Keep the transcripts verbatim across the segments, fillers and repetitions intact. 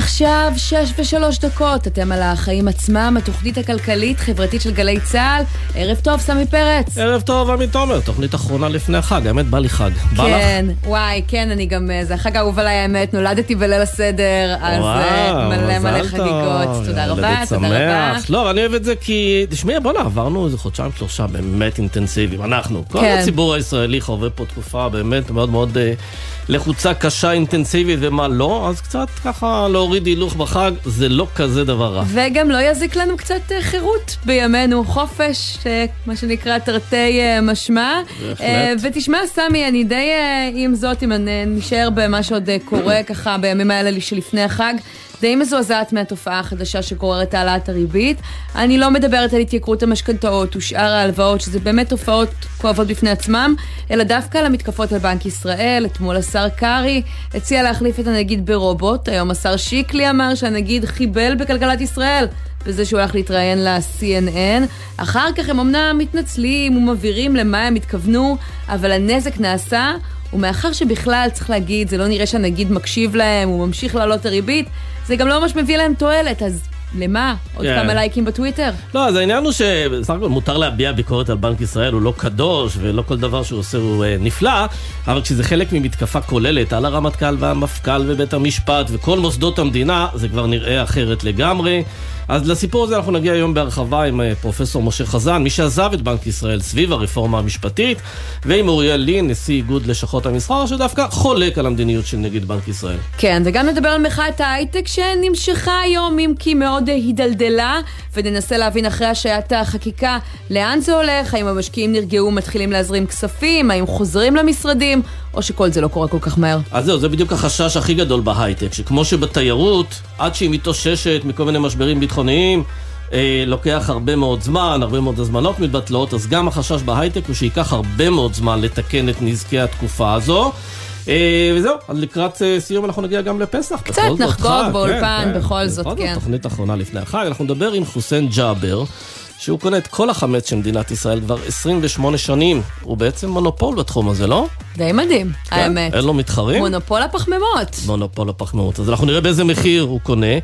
עכשיו שש ושלוש דקות, אתם על החיים עצמם, התוכנית הכלכלית חברתית של גלי צהל. ערב טוב, סמי פרץ. ערב טוב, עמית תומר, תוכנית אחרונה לפני החג, האמת בא לי חג. בא לך? כן, וואי, כן, אני גם, זה החג האהוב עליי האמת, נולדתי בליל הסדר, אז מלא מלא חגיגות. תודה רבה, תודה רבה. לא, אני אוהב את זה כי, תשמעי, בוא נעברנו איזה חודשיים שלושה באמת אינטנסיביים, אנחנו, כל הציבור הישראלי חווה פה תקופה באמת מאוד מאוד לחוצה קשה, אינטנסיבית ומה לא, אז קצת ככה להוריד הילוך בחג, זה לא כזה דבר רע. וגם לא יזיק לנו קצת חירות בימינו, חופש, מה שנקרא תרתי משמע. ותשמע, סמי, אני די עם זאת, אם נשאר במה שעוד קורה ככה בימים האלה שלפני החג, די מזועזעת מהתופעה החדשה שקוררת העלאת הריבית. אני לא מדברת על התייקרות המשכנתאות ושאר ההלוואות, שזה באמת תופעות כואבות בפני עצמם, אלא דווקא על המתקפות על בנק ישראל. אתמול השר קרי הציע להחליף את הנגיד ברובוט, היום השר שיקלי אמר שהנגיד חיבל בכלכלת ישראל, בזה שהוא הולך להתראיין ל-סי אן אן. אחר כך הם אמנם מתנצלים ומבהירים למה הם התכוונו, אבל הנזק נעשה, ומאחר שבכלל צריך להגיד, זה לא נראה שהנגיד מקשיב להם, הוא ממשיך לעלות הריבית, זה גם לא ממש מביא להם תועלת, אז למה? עוד yeah. כמה לייקים בטוויטר? לא, אז העניין הוא שבסך הכל מותר להביע ביקורת על בנק ישראל, הוא לא קדוש, ולא כל דבר שהוא עושה הוא uh, נפלא, אבל כשזה חלק ממתקפה כוללת על הרמטכ"ל והמפכ"ל ובית המשפט וכל מוסדות המדינה, זה כבר נראה אחרת לגמרי. אז לסיפור הזה אנחנו נגיע היום בהרחבה עם פרופסור משה חזן, מי שעזב את בנק ישראל סביב הרפורמה המשפטית, ועם אוריאל לין, נשיא איגוד לשכות המסחר, שדווקא חולק על המדיניות של נגיד בנק ישראל. כן, וגם נדבר על מחאת ההייטק שנמשכה היום, אם כי מאוד הידלדלה, וננסה להבין אחרי השעיית החקיקה לאן זה הולך, האם המשקיעים נרגעו, מתחילים להזרים כספים, האם חוזרים למשרדים, או שכל זה לא קורה כל כך מהר. אז זהו, זה בדיוק החשש הכי גדול בהייטק, שכמו שבתיירות, עד שהיא מתאוששת מכל מיני משברים ביטחוניים, אה, לוקח הרבה מאוד זמן, הרבה מאוד הזמנות מתבטלות, אז גם החשש בהייטק הוא שייקח הרבה מאוד זמן לתקן את נזקי התקופה הזו. אה, וזהו, אז לקראת אה, סיום אנחנו נגיע גם לפסח. קצת נחגוג באולפן, כן, בכל כן, זאת, בכל כן. זאת, תוכנית אחרונה לפני החג, אנחנו נדבר עם חוסיין ג'אבר, שהוא קונה את כל החמץ של מדינת ישראל כבר עשרים ושמונה שנים. הוא בעצם מונופול בתחום הזה, לא? די מדהים, כן? האמת. אין לו מתחרים? מונופול הפחמימות. מונופול הפחמימות. אז אנחנו נראה באיזה מחיר הוא קונה,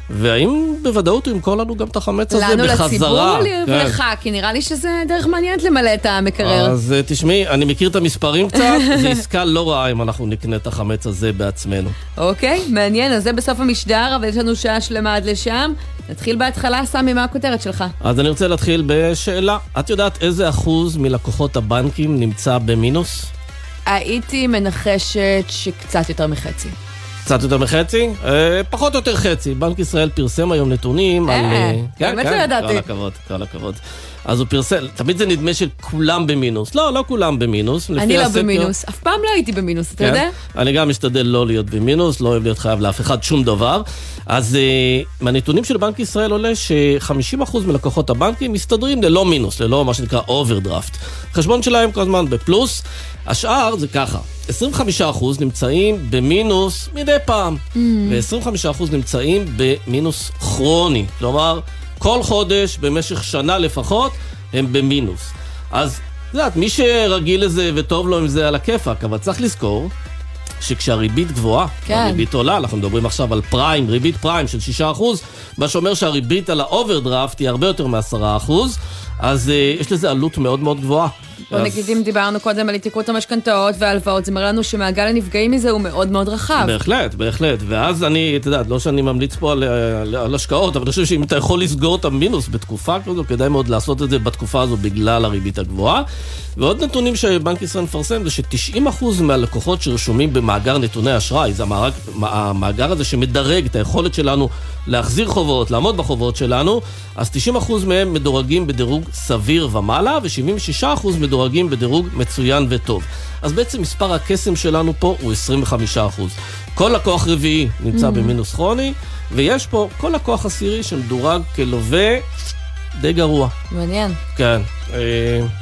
והאם בוודאות הוא ימכור לנו גם את החמץ הזה בחזרה. לנו לציבור ולך, כי נראה לי שזה דרך מעניינת למלא את המקרר. אז תשמעי, אני מכיר את המספרים קצת, זה עסקה לא רעה אם אנחנו נקנה את החמץ הזה בעצמנו. אוקיי, מעניין, אז זה בסוף המשדר, אבל יש לנו שעה שלמה עד לשם. נתחיל בהתחלה, סמי, מה הכותרת שלך? אז אני רוצה להתחיל בשאלה. את יודעת איזה אחוז מלקוחות הבנקים נמצא במינוס? הייתי מנחשת שקצת יותר מחצי. קצת יותר מחצי? אה, פחות או יותר חצי. בנק ישראל פרסם היום נתונים אה, על... כן, באמת כן, לא ידעתי. כל הכבוד, כל הכבוד. אז הוא פרסם, תמיד זה נדמה שכולם במינוס. לא, לא כולם במינוס. אני לא הסקר... במינוס. אף פעם לא הייתי במינוס, אתה כן? יודע? אני גם משתדל לא להיות במינוס, לא אוהב להיות חייב לאף אחד שום דבר. אז uh, מהנתונים של בנק ישראל עולה ש-חמישים אחוז מלקוחות הבנקים מסתדרים ללא מינוס, ללא מה שנקרא אוברדרפט. חשבון שלהם כל הזמן בפלוס. השאר זה ככה, עשרים וחמישה אחוז נמצאים במינוס מדי פעם, mm. ו-עשרים וחמישה אחוז נמצאים במינוס כרוני. כלומר, כל חודש, במשך שנה לפחות, הם במינוס. אז, זאת, מי שרגיל לזה וטוב לו עם זה על הכיפק, אבל צריך לזכור שכשהריבית גבוהה, כן. הריבית עולה, אנחנו מדברים עכשיו על פריים, ריבית פריים של שישה אחוז, מה שאומר שהריבית על האוברדרפט היא הרבה יותר מ-עשרה אחוז, אז uh, יש לזה עלות מאוד מאוד גבוהה. בוא אז... נגיד אם דיברנו קודם על התייקרות המשכנתאות וההלוואות, זה מראה לנו שמעגל הנפגעים מזה הוא מאוד מאוד רחב. בהחלט, בהחלט. ואז אני, אתה יודע, לא שאני ממליץ פה על, על, על השקעות, אבל אני חושב שאם אתה יכול לסגור את המינוס בתקופה כזו, כדאי מאוד לעשות את זה בתקופה הזו בגלל הריבית הגבוהה. ועוד נתונים שבנק ישראל מפרסם זה ש-תשעים אחוז מהלקוחות שרשומים במאגר נתוני אשראי, זה המאגר, המאגר הזה שמדרג את היכולת שלנו להחזיר חובות, לעמוד בחובות שלנו, אז תשעים אחוז מהם מדורגים בדירוג סביר ומעלה, ו-שבעים ושישה אחוז מדורגים בדירוג מצוין וטוב. אז בעצם מספר הקסם שלנו פה הוא עשרים וחמישה אחוז. כל לקוח רביעי נמצא mm. במינוס כרוני, ויש פה כל לקוח עשירי שמדורג כלווה די גרוע. מעניין. כן.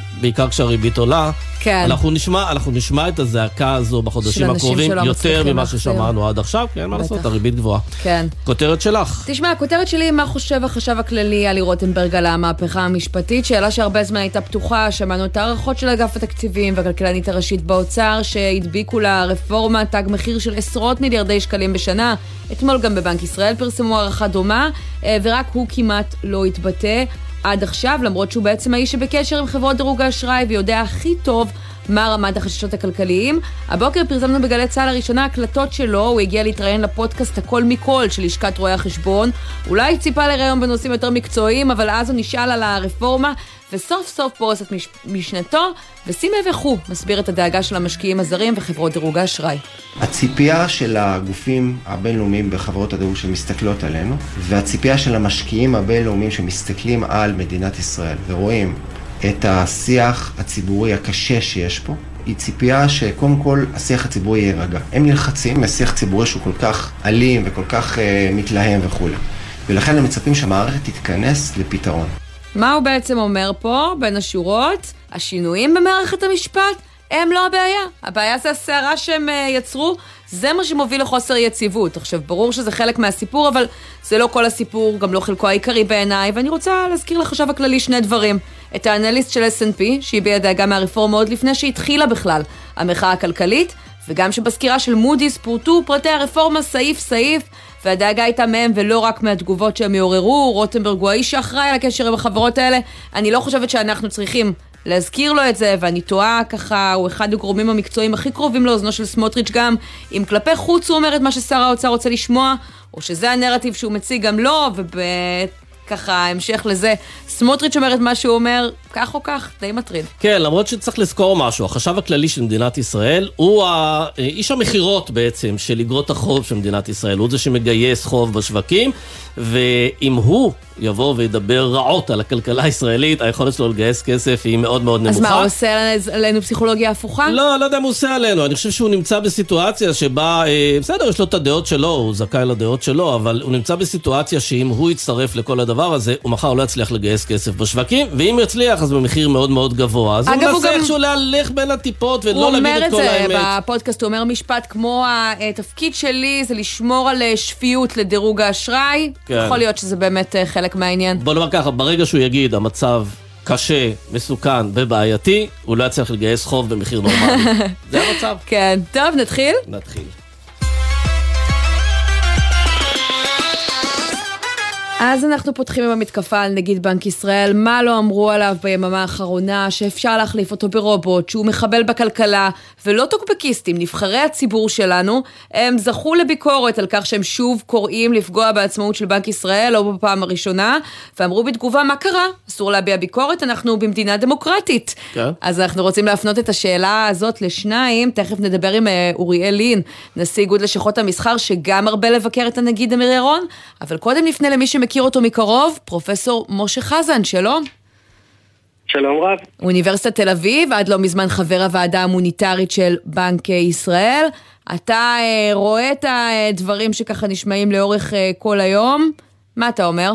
בעיקר כשהריבית עולה. כן. אנחנו נשמע, אנחנו נשמע את הזעקה הזו בחודשים הקרובים יותר ממה ששמענו עד עכשיו, כן, מה לעשות, הריבית גבוהה. כן. כותרת שלך. תשמע, הכותרת שלי, מה חושב החשב הכללי עלי רוטנברג על המהפכה המשפטית, שאלה שהרבה זמן הייתה פתוחה, שמענו את הערכות של אגף התקציבים והכלכלנית הראשית באוצר, שהדביקו לה רפורמה, תג מחיר של עשרות מיליארדי שקלים בשנה. אתמול גם בבנק ישראל פרסמו הערכה דומה, ורק הוא כמעט לא התבטא עד עכשיו, למרות שהוא בעצם האיש שבקשר עם חברות דירוג האשראי ויודע הכי טוב מה רמת החששות הכלכליים. הבוקר פרסמנו בגלי צהל הראשונה הקלטות שלו, הוא הגיע להתראיין לפודקאסט הכל מכל של לשכת רואי החשבון. אולי ציפה לראיון בנושאים יותר מקצועיים, אבל אז הוא נשאל על הרפורמה, וסוף סוף פורס את מש... משנתו, ושים לב איך הוא מסביר את הדאגה של המשקיעים הזרים וחברות דירוג האשראי. הציפייה של הגופים הבינלאומיים בחברות הדירוג שמסתכלות עלינו, והציפייה של המשקיעים הבינלאומיים שמסתכלים על מדינת ישראל ורואים את השיח הציבורי הקשה שיש פה, היא ציפייה שקודם כל השיח הציבורי יירגע. הם נלחצים מהשיח ציבורי שהוא כל כך אלים וכל כך uh, מתלהם וכו'. ולכן הם מצפים שהמערכת תתכנס לפתרון. מה הוא בעצם אומר פה, בין השורות? השינויים במערכת המשפט הם לא הבעיה. הבעיה זה הסערה שהם יצרו, זה מה שמוביל לחוסר יציבות. עכשיו, ברור שזה חלק מהסיפור, אבל זה לא כל הסיפור, גם לא חלקו העיקרי בעיניי, ואני רוצה להזכיר לחשב הכללי שני דברים. את האנליסט של אס אנד פי, שהביע דאגה מהרפורמה עוד לפני שהתחילה בכלל המחאה הכלכלית, וגם שבסקירה של מודי'ס פורטו פרטי הרפורמה סעיף סעיף, והדאגה הייתה מהם ולא רק מהתגובות שהם יעוררו. רוטנברג הוא האיש שאחראי על הקשר עם החברות האלה. אני לא חושבת שאנחנו צריכים להזכיר לו את זה, ואני טועה ככה, הוא אחד הגורמים המקצועיים הכי קרובים לאוזנו של סמוטריץ' גם, אם כלפי חוץ הוא אומר את מה ששר האוצר רוצה לשמוע, או שזה הנרטיב שהוא מציג גם לא, וככה המשך לזה, סמוטריץ' אומר את מה שהוא אומר, כך או כך, די מטריד. כן, למרות שצריך לזכור משהו, החשב הכללי של מדינת ישראל, הוא איש המחירות בעצם של אגרות החוב של מדינת ישראל, הוא זה שמגייס חוב בשווקים, ואם הוא יבוא וידבר רעות על הכלכלה הישראלית, היכולת שלו לגייס כסף היא מאוד מאוד נמוכה. אז מה, הוא עושה עלינו פסיכולוגיה הפוכה? לא, לא יודע אם הוא עושה עלינו, אני חושב שהוא נמצא בסיטואציה שבה, בסדר, יש לו את הדעות שלו, הוא זכאי לדעות שלו, אבל הוא נמצא בסיטואציה שאם הוא יצטרף לכל הדבר הזה, הוא מחר לא יצליח לגייס כסף בשווקים, ואם הוא יצליח, אז במחיר מאוד מאוד גבוה. אז הוא מנסה איכשהו להלך בין הטיפות ולא להגיד את כל האמת. הוא אומר את זה בפודקאסט, הוא אומר משפט כמו התפקיד שלי זה לשמור על שפיות לדירוג האשראי. יכול להיות שזה באמת חלק מהעניין. בוא נאמר ככה, ברגע שהוא יגיד המצב קשה, מסוכן ובעייתי, הוא לא יצליח לגייס חוב במחיר נורמלי. זה המצב. כן, טוב, נתחיל? נתחיל. אז אנחנו פותחים עם המתקפה על נגיד בנק ישראל, מה לא אמרו עליו ביממה האחרונה, שאפשר להחליף אותו ברובוט, שהוא מחבל בכלכלה, ולא טוקבקיסטים, נבחרי הציבור שלנו, הם זכו לביקורת על כך שהם שוב קוראים לפגוע בעצמאות של בנק ישראל, לא בפעם הראשונה, ואמרו בתגובה, מה קרה? אסור להביע ביקורת, אנחנו במדינה דמוקרטית. כן. אז אנחנו רוצים להפנות את השאלה הזאת לשניים, תכף נדבר עם אוריאל לין, נשיא איגוד לשכות המסחר, שגם הרבה לבקר את הנגיד אמיר ירון, אבל קודם נפנה למי שמכיר אותו מקרוב, פרופסור משה חזן, שלום. שלום רב. אוניברסיטת תל אביב, עד לא מזמן חבר הוועדה המוניטרית של בנק ישראל. אתה אה, רואה את הדברים שככה נשמעים לאורך אה, כל היום. מה אתה אומר?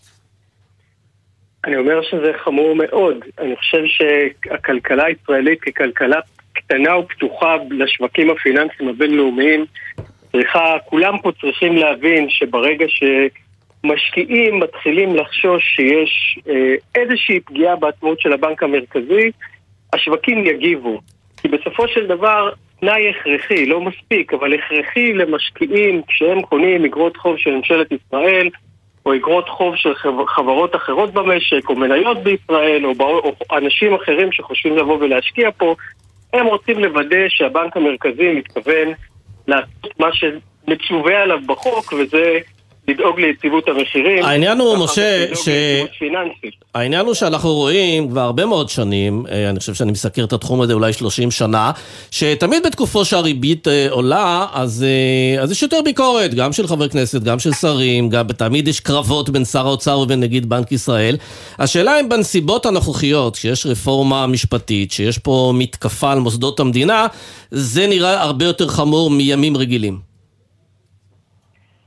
אני אומר שזה חמור מאוד. אני חושב שהכלכלה הישראלית ככלכלה קטנה ופתוחה לשווקים הפיננסיים הבינלאומיים, צריכה, כולם פה צריכים להבין שברגע ש... משקיעים מתחילים לחשוש שיש אה, איזושהי פגיעה בעצמאות של הבנק המרכזי, השווקים יגיבו. כי בסופו של דבר, תנאי הכרחי, לא מספיק, אבל הכרחי למשקיעים כשהם קונים אגרות חוב של ממשלת ישראל, או אגרות חוב של חברות אחרות במשק, או מניות בישראל, או, או אנשים אחרים שחושבים לבוא ולהשקיע פה, הם רוצים לוודא שהבנק המרכזי מתכוון לעשות מה שמצווה עליו בחוק, וזה... לדאוג ליציבות המחירים. העניין הוא, משה, ש... העניין הוא שאנחנו רואים כבר הרבה מאוד שנים, אני חושב שאני מסקר את התחום הזה אולי שלושים שנה, שתמיד בתקופו שהריבית עולה, אז, אז יש יותר ביקורת, גם של חבר כנסת, גם של שרים, גם תמיד יש קרבות בין שר האוצר ובין נגיד בנק ישראל. השאלה אם בנסיבות הנוכחיות, שיש רפורמה משפטית, שיש פה מתקפה על מוסדות המדינה, זה נראה הרבה יותר חמור מימים רגילים.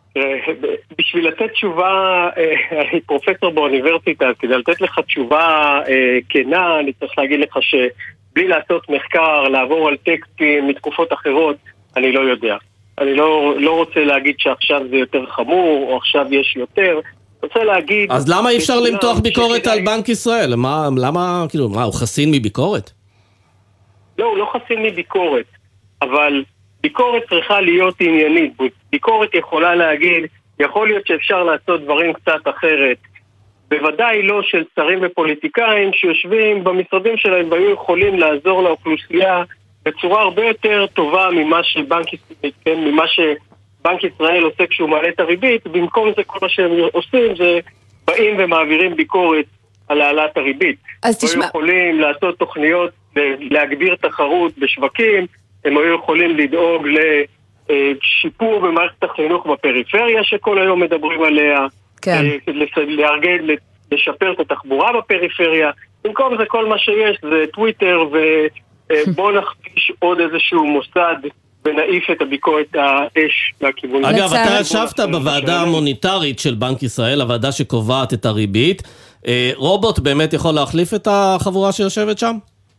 בשביל לתת תשובה, אני פרופסור באוניברסיטה, אז כדי לתת לך תשובה כנה, אני צריך להגיד לך שבלי לעשות מחקר, לעבור על טקסטים מתקופות אחרות, אני לא יודע. אני לא, לא רוצה להגיד שעכשיו זה יותר חמור, או עכשיו יש יותר. רוצה להגיד... אז למה אי אפשר למתוח ביקורת על בנק ישראל? מה, למה, כאילו, מה, הוא חסין מביקורת? לא, הוא לא חסין מביקורת, אבל ביקורת צריכה להיות עניינית. ביקורת יכולה להגיד, יכול להיות שאפשר לעשות דברים קצת אחרת. בוודאי לא של שרים ופוליטיקאים שיושבים במשרדים שלהם והיו יכולים לעזור לאוכלוסייה בצורה הרבה יותר טובה ממה שבנק, כן, ממה שבנק ישראל עושה כשהוא מעלה את הריבית. במקום זה כל מה שהם עושים זה באים ומעבירים ביקורת על העלאת הריבית. אז תשמע... היו יכולים לעשות תוכניות להגביר תחרות בשווקים, הם היו יכולים לדאוג לשיפור במערכת החינוך בפריפריה שכל היום מדברים עליה, כן. לארגן, לשפר את התחבורה בפריפריה. במקום זה כל מה שיש זה טוויטר, ובוא נחפיש עוד איזשהו מוסד ונעיף את הביקורת האש מהכיוון. אגב, אתה ישבת בוועדה המוניטרית של בנק ישראל, הוועדה שקובעת את הריבית. רובוט באמת יכול להחליף את החבורה שיושבת שם?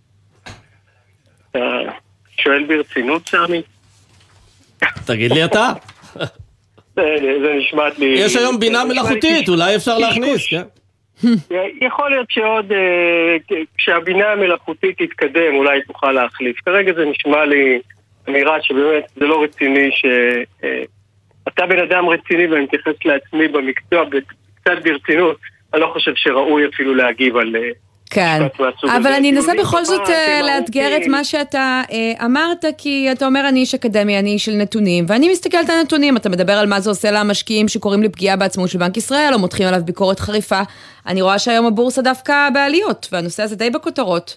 שואל ברצינות, סמי? תגיד לי אתה. זה נשמעת לי... יש היום בינה מלאכותית, אולי אפשר להכניס, כן? יכול להיות שעוד, כשהבינה המלאכותית תתקדם, אולי תוכל להחליף. כרגע זה נשמע לי אמירה שבאמת זה לא רציני, שאתה בן אדם רציני ואני מתייחס לעצמי במקצוע קצת ברצינות, אני לא חושב שראוי אפילו להגיב על... כן, אבל אני אנסה בכל זאת לאתגר את מה שאתה אמרת, כי אתה אומר אני איש אקדמי, אני איש של נתונים, ואני מסתכלת על נתונים, אתה מדבר על מה זה עושה למשקיעים שקוראים לפגיעה בעצמאות של בנק ישראל, או מותחים עליו ביקורת חריפה. אני רואה שהיום הבורסה דווקא בעליות, והנושא הזה די בכותרות.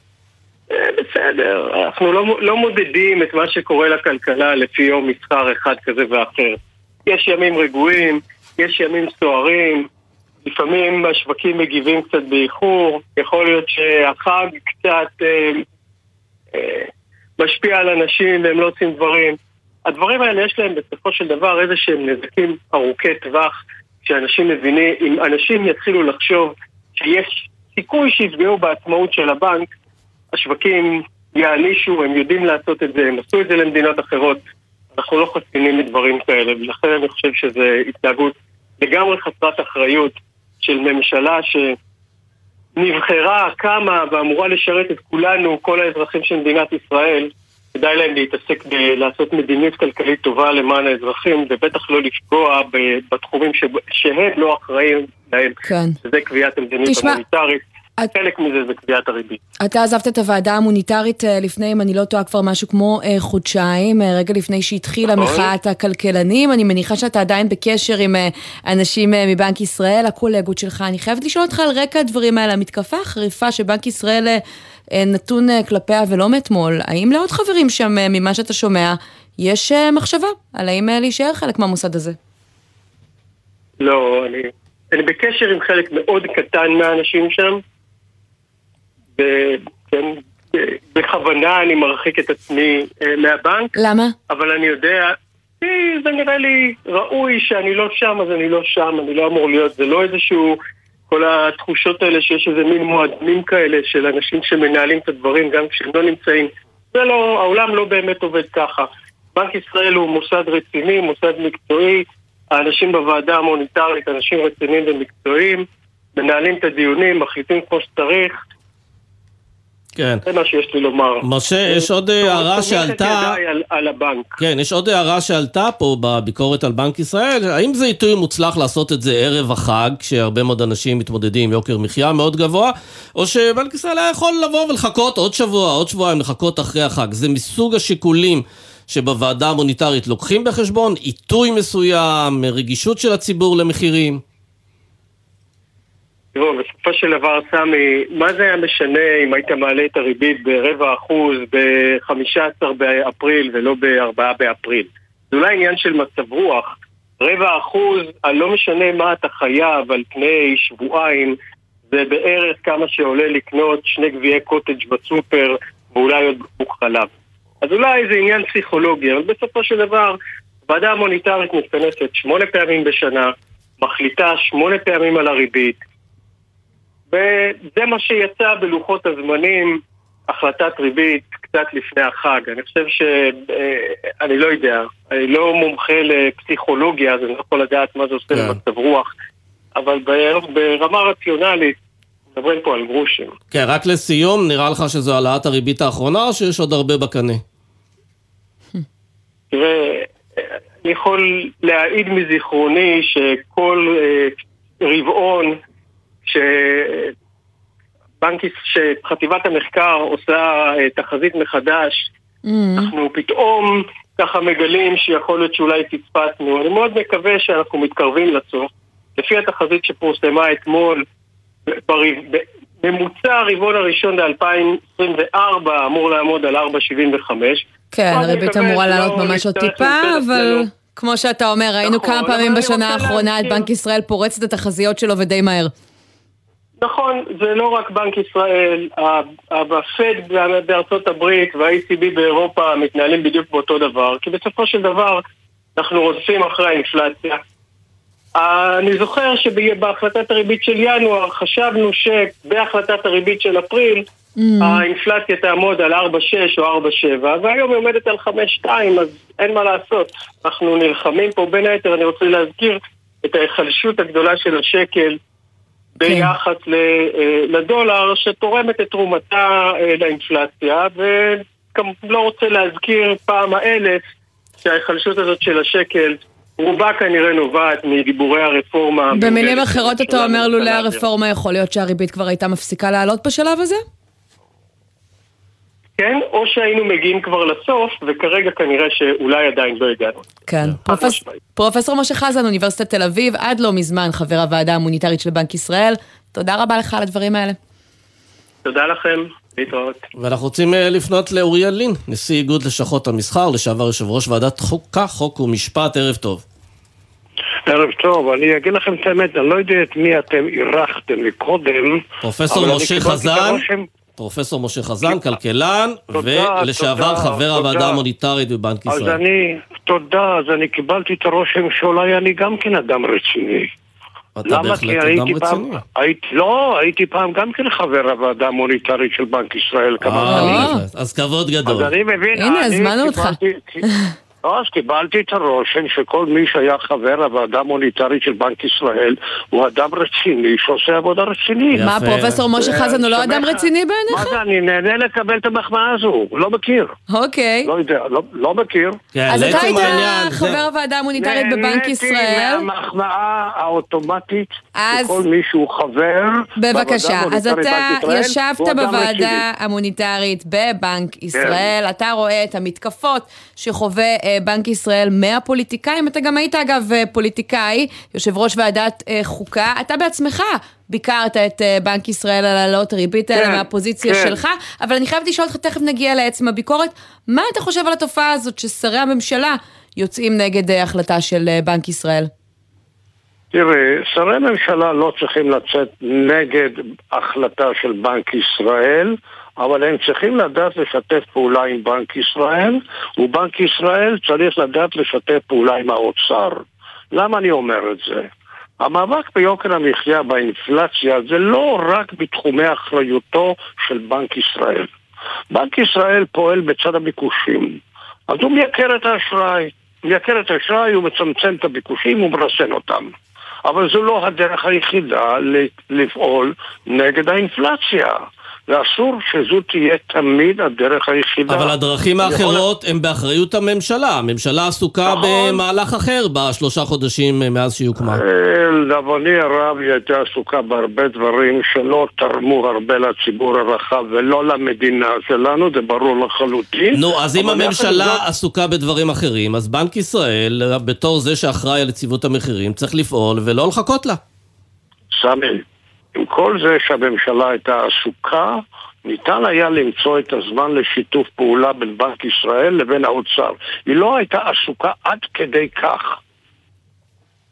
בסדר, אנחנו לא מודדים את מה שקורה לכלכלה לפי יום מסחר אחד כזה ואחר. יש ימים רגועים, יש ימים סוערים, לפעמים השווקים מגיבים קצת באיחור, יכול להיות שהחג קצת אה, אה, משפיע על אנשים והם לא עושים דברים. הדברים האלה יש להם בסופו של דבר איזה שהם נזקים ארוכי טווח, שאנשים מבינים, אם אנשים יתחילו לחשוב שיש סיכוי שיפגעו בעצמאות של הבנק, השווקים יענישו, הם יודעים לעשות את זה, הם עשו את זה למדינות אחרות, אנחנו לא חסינים מדברים כאלה, ולכן אני חושב שזו התנהגות לגמרי חסרת אחריות של ממשלה שנבחרה, קמה ואמורה לשרת את כולנו, כל האזרחים של מדינת ישראל, כדאי להם להתעסק בלעשות מדיניות כלכלית טובה למען האזרחים, ובטח לא לפגוע בתחומים שהם לא אחראים להם. כן. שזה קביעת המדיניות המוניטרית. את... חלק מזה זה קביעת הריבית. אתה עזבת את הוועדה המוניטרית לפני, אם אני לא טועה, כבר משהו כמו חודשיים, רגע לפני שהתחילה מחאת הכלכלנים. אני מניחה שאתה עדיין בקשר עם אנשים מבנק ישראל, הקולגות שלך. אני חייבת לשאול אותך על רקע הדברים האלה, המתקפה החריפה שבנק ישראל נתון כלפיה ולא מאתמול. האם לעוד חברים שם, ממה שאתה שומע, יש מחשבה על האם להישאר חלק מהמוסד הזה? לא, אני, אני בקשר עם חלק מאוד קטן מהאנשים שם, כן, בכוונה אני מרחיק את עצמי מהבנק. למה? אבל אני יודע, זה נראה לי ראוי שאני לא שם, אז אני לא שם, אני לא אמור להיות, זה לא איזשהו, כל התחושות האלה שיש איזה מין מועדונים כאלה של אנשים שמנהלים את הדברים גם כשהם לא נמצאים. זה לא, העולם לא באמת עובד ככה. בנק ישראל הוא מוסד רציני, מוסד מקצועי, האנשים בוועדה המוניטרית, אנשים רציניים ומקצועיים, מנהלים את הדיונים, מחליטים כמו שצריך. כן. זה מה שיש לי לומר. משה, יש עוד הערה שעלתה... על, על הבנק. כן, יש עוד הערה שעלתה פה בביקורת על בנק ישראל. האם זה עיתוי מוצלח לעשות את זה ערב החג, כשהרבה מאוד אנשים מתמודדים עם יוקר מחיה מאוד גבוה, או שבנק ישראל היה יכול לבוא ולחכות עוד שבוע, עוד שבועיים, לחכות אחרי החג? זה מסוג השיקולים שבוועדה המוניטרית לוקחים בחשבון, עיתוי מסוים, רגישות של הציבור למחירים? תראו, בסופו של דבר, סמי, מה זה היה משנה אם היית מעלה את הריבית ברבע אחוז ב-חמישה עשר באפריל ולא ב-ארבעה באפריל? זה אולי עניין של מצב רוח. רבע אחוז, לא משנה מה אתה חייב על פני שבועיים, זה בערך כמה שעולה לקנות שני גביעי קוטג' בסופר ואולי עוד בקבוק חלב. אז אולי זה עניין פסיכולוגי, אבל בסופו של דבר, ועדה המוניטרית מתכנסת שמונה פעמים בשנה, מחליטה שמונה פעמים על הריבית, וזה מה שיצא בלוחות הזמנים, החלטת ריבית קצת לפני החג. אני חושב ש... אני לא יודע, אני לא מומחה לפסיכולוגיה, אז אני לא יכול לדעת מה זה עושה למצב רוח, אבל ברמה רציונלית, מדברים פה על גרושים. כן, רק לסיום, נראה לך שזו העלאת הריבית האחרונה, או שיש עוד הרבה בקנה? תראה, אני יכול להעיד מזיכרוני שכל רבעון שבנק, שחטיבת המחקר עושה תחזית מחדש, אנחנו פתאום ככה מגלים שיכול להיות שאולי תצפתנו. אני מאוד מקווה שאנחנו מתקרבים לסוף. לפי התחזית שפורסמה אתמול, בממוצע הרבעון הראשון ב-אלפיים עשרים וארבע אמור לעמוד על ארבע נקודה שבעים וחמש. כן, הריבית אמורה לעלות ממש עוד טיפה, אבל כמו שאתה אומר, ראינו כמה פעמים בשנה האחרונה את בנק ישראל פורץ את התחזיות שלו ודי מהר. נכון, זה לא רק בנק ישראל, הפד בארצות הברית וה-אי סי בי באירופה מתנהלים בדיוק באותו דבר, כי בסופו של דבר אנחנו רודפים אחרי האינפלציה. אני זוכר שבהחלטת הריבית של ינואר חשבנו שבהחלטת הריבית של אפריל האינפלציה תעמוד על ארבע נקודה שש או ארבע נקודה שבע, והיום היא עומדת על חמש נקודה שתיים, אז אין מה לעשות. אנחנו נלחמים פה. בין היתר אני רוצה להזכיר את ההיחלשות הגדולה של השקל ביחס לדולר, שתורמת את תרומתה לאינפלציה, ולא רוצה להזכיר פעם האלף שההיחלשות הזאת של השקל רובה כנראה נובעת מדיבורי הרפורמה. במילים אחרות אתה אומר, לולא הרפורמה יכול להיות שהריבית כבר הייתה מפסיקה לעלות בשלב הזה? כן, או שהיינו מגיעים כבר לסוף, וכרגע כנראה שאולי עדיין לא הגענו. כן. פרופסור משה חזן, אוניברסיטת תל אביב, עד לא מזמן חבר הוועדה המוניטרית של בנק ישראל. תודה רבה לך על הדברים האלה. תודה לכם, להתראות. ואנחנו רוצים לפנות לאוריאל לין, נשיא איגוד לשכות המסחר, לשעבר יושב ראש ועדת חוקה, חוק ומשפט. ערב טוב. ערב טוב, אני אגיד לכם את האמת, אני לא יודע את מי אתם אירחתם מקודם. פרופסור משה חזן, פרופסור משה חזן, כלכלן, ולשעבר חבר הוועדה המוניטרית בבנק ישראל. אז אני, תודה, אז אני קיבלתי את הרושם שאולי אני גם כן אדם רציני. אתה בהחלט אדם רציני. לא, הייתי פעם גם כן חבר הוועדה המוניטרית של בנק ישראל. אז כבוד גדול. אז אני מבין, הנה, הזמנו אותך. אז קיבלתי את הרושם שכל מי שהיה חבר הוועדה המוניטרית של בנק ישראל הוא אדם רציני שעושה עבודה רצינית. מה, פרופסור משה חזן הוא לא אדם רציני בעיניך? מה זה, אני נהנה לקבל את המחמאה הזו, לא מכיר. אוקיי. לא יודע, לא מכיר. אז אתה היית חבר הוועדה המוניטרית בבנק ישראל? נהניתי מהמחמאה האוטומטית שכל מי שהוא חבר בבקשה, אז אתה ישבת בוועדה המוניטרית בבנק ישראל, אתה רואה את המתקפות שחווה בנק ישראל מהפוליטיקאים, אתה גם היית אגב פוליטיקאי, יושב ראש ועדת חוקה, אתה בעצמך ביקרת את בנק ישראל על העלאות הריבית האלה מהפוזיציה שלך, אבל אני חייבת לשאול אותך, תכף נגיע לעצם הביקורת, מה אתה חושב על התופעה הזאת ששרי הממשלה יוצאים נגד החלטה של בנק ישראל? תראי, שרי ממשלה לא צריכים לצאת נגד החלטה של בנק ישראל, אבל הם צריכים לדעת לשתף פעולה עם בנק ישראל, ובנק ישראל צריך לדעת לשתף פעולה עם האוצר. למה אני אומר את זה? המאבק ביוקר המחיה באינפלציה זה לא רק בתחומי אחריותו של בנק ישראל. בנק ישראל פועל בצד הביקושים, אז הוא מייקר את האשראי. מייקר את האשראי, הוא מצמצם את הביקושים, הוא מרסן אותם. אבל זו לא הדרך היחידה לפעול נגד האינפלציה. ואסור שזו תהיה תמיד הדרך היחידה. אבל הדרכים האחרות הן באחריות הממשלה. הממשלה עסוקה במהלך אחר בשלושה חודשים מאז שהיא הוקמה. לדאבוני הרב היא הייתה עסוקה בהרבה דברים שלא תרמו הרבה לציבור הרחב ולא למדינה שלנו, זה ברור לחלוטין. נו, אז אם הממשלה עסוקה בדברים אחרים, אז בנק ישראל, בתור זה שאחראי על יציבות המחירים, צריך לפעול ולא לחכות לה. סמי, עם כל זה שהממשלה הייתה עסוקה, ניתן היה למצוא את הזמן לשיתוף פעולה בין בנק ישראל לבין האוצר. היא לא הייתה עסוקה עד כדי כך.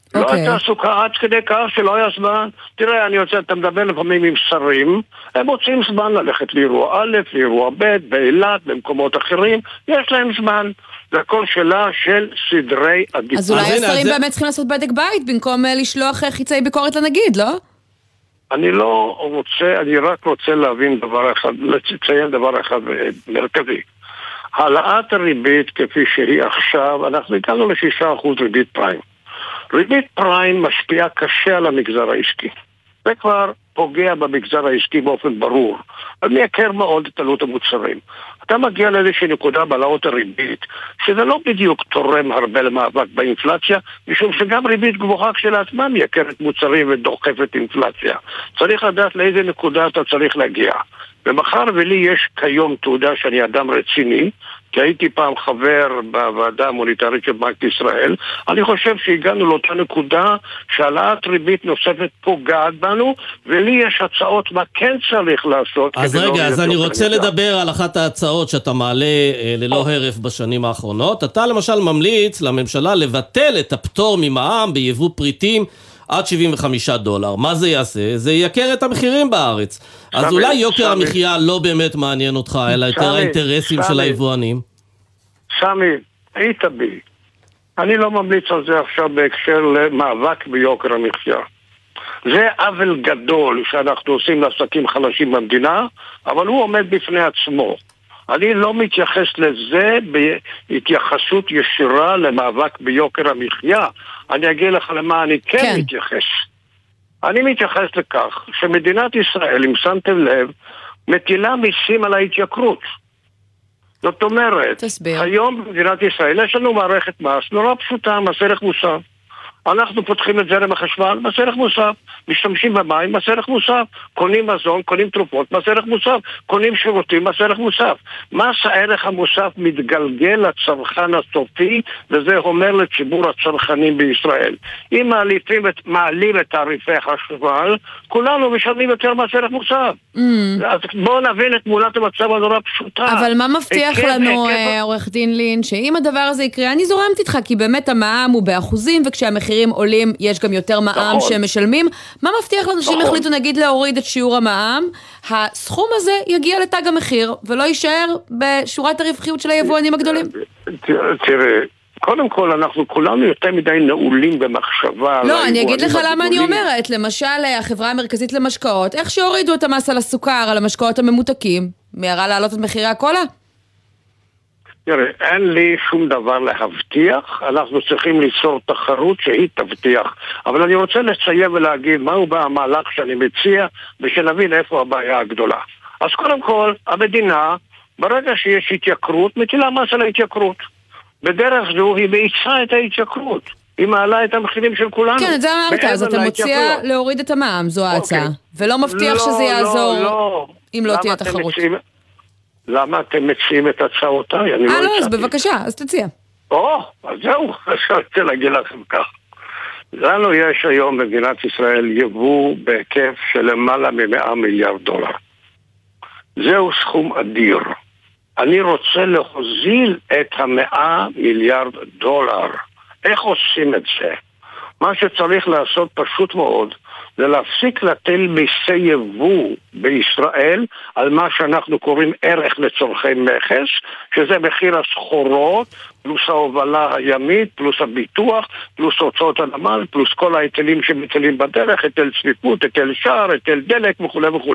לא אוקיי. הייתה עסוקה עד כדי כך שלא היה זמן. תראה, אני רוצה, אתה מדבר לפעמים עם שרים, הם מוצאים זמן ללכת לאירוע א', לאירוע ב', באילת, במקומות אחרים, יש להם זמן. זה הכל שאלה של סדרי עדיפות. אז אולי השרים באמת צריכים לעשות בדק בית, במקום לשלוח חיצי ביקורת לנגיד, לא? אני לא רוצה, אני רק רוצה להבין דבר אחד, לציין דבר אחד מרכזי. העלאת הריבית כפי שהיא עכשיו, אנחנו הגענו לשישה אחוז ריבית פריים. ריבית פריים משפיעה קשה על המגזר העסקי. זה כבר פוגע במגזר העסקי באופן ברור. ומייקר מאוד את עלות המוצרים. אתה מגיע לאיזושהי נקודה בעלאות הריבית, שזה לא בדיוק תורם הרבה למאבק באינפלציה, משום שגם ריבית גבוהה כשלעצמה מייקרת מוצרים ודוחפת אינפלציה. צריך לדעת לאיזה נקודה אתה צריך להגיע. ומחר ולי יש כיום תעודה שאני אדם רציני, כי הייתי פעם חבר בוועדה המוניטרית של בנק ישראל, אני חושב שהגענו לאותה נקודה שהעלאת ריבית נוספת פוגעת בנו, ולי יש הצעות מה כן צריך לעשות. אז רגע, אז אני רוצה לדבר על אחת ההצעות שאתה מעלה ללא הרף בשנים האחרונות. אתה למשל ממליץ לממשלה לבטל את הפטור ממע"מ ביבוא פריטים עד שבעים וחמישה דולר. מה זה יעשה? זה יקר את המחירים בארץ. אז שמי, אולי יוקר שמי. המחיה לא באמת מעניין אותך, אלא יותר האינטרסים של היבואנים. סמי, היית בי. אני לא ממליץ על זה עכשיו בהקשר למאבק ביוקר המחיה. זה עוול גדול שאנחנו עושים לעסקים חלשים במדינה, אבל הוא עומד בפני עצמו. אני לא מתייחס לזה בהתייחסות ישירה למאבק ביוקר המחיה. אני אגיד לך למה אני כן, כן. מתייחס. אני מתייחס לכך שמדינת ישראל, אם שמתם לב, מטילה מיסים על ההתייקרות. זאת אומרת, תסביר. היום במדינת ישראל יש לנו מערכת מס נורא פשוטה, מס ערך מוסף. אנחנו פותחים את זרם החשמל, מס ערך מוסף. משתמשים במים, מס ערך מוסף. קונים מזון, קונים תרופות, מס ערך מוסף. קונים שירותים, מס ערך מוסף. מס הערך המוסף מתגלגל לצרכן הסופי, וזה אומר לציבור הצרכנים בישראל. אם מעלים את, מעלים את תעריפי החשמל, כולנו משלמים יותר מס ערך מוסף. Mm. אז בואו נבין את תמונת המצב הנורא פשוטה. אבל מה מבטיח לנו, עורך דין לין, שאם הדבר הזה יקרה, אני זורמת איתך, כי באמת המע"מ הוא באחוזים, וכשהמחירים עולים, יש גם יותר מע"מ שהם משלמים. מה מבטיח לנו שאם החליטו נגיד להוריד את שיעור המע"מ, הסכום הזה יגיע לתג המחיר, ולא יישאר בשורת הרווחיות של היבואנים הגדולים? תראה, קודם כל אנחנו כולנו יותר מדי נעולים במחשבה. לא, אני אגיד לך למה אני אומרת. למשל, החברה המרכזית למשקאות, איך שהורידו את המס על הסוכר, על המשקאות הממותקים, מהרה להעלות את מחירי הקולה? תראה, אין לי שום דבר להבטיח, אנחנו צריכים ליצור תחרות שהיא תבטיח. אבל אני רוצה לציין ולהגיד מהו במהלך שאני מציע, ושנבין איפה הבעיה הגדולה. אז קודם כל, המדינה, ברגע שיש התייקרות, מטילה מס על ההתייקרות. בדרך זו היא מאיצה את ההתייקרות. היא מעלה את המחירים של כולנו. כן, את זה אמרת, אז אתה מציע להוריד את המע"מ, זו ההצעה. ולא מבטיח שזה יעזור אם לא תהיה תחרות. למה אתם מציעים את הצעותיי? אה, לא, אז בבקשה, אז תציע. או, אז זהו, אז אני רוצה להגיד לכם כך. לנו יש היום במדינת ישראל יבוא בהיקף של למעלה מ-מאה מיליארד דולר. זהו סכום אדיר. אני רוצה להוזיל את המאה מיליארד דולר. איך עושים את זה? מה שצריך לעשות פשוט מאוד, זה להפסיק לטל מיסי יבוא בישראל על מה שאנחנו קוראים ערך לצורכי מכס, שזה מחיר הסחורות, פלוס ההובלה הימית, פלוס הביטוח, פלוס הוצאות הנמל, פלוס כל ההיטלים שמטלים בדרך, היטל צפיפות, היטל שער, היטל דלק וכו' וכו',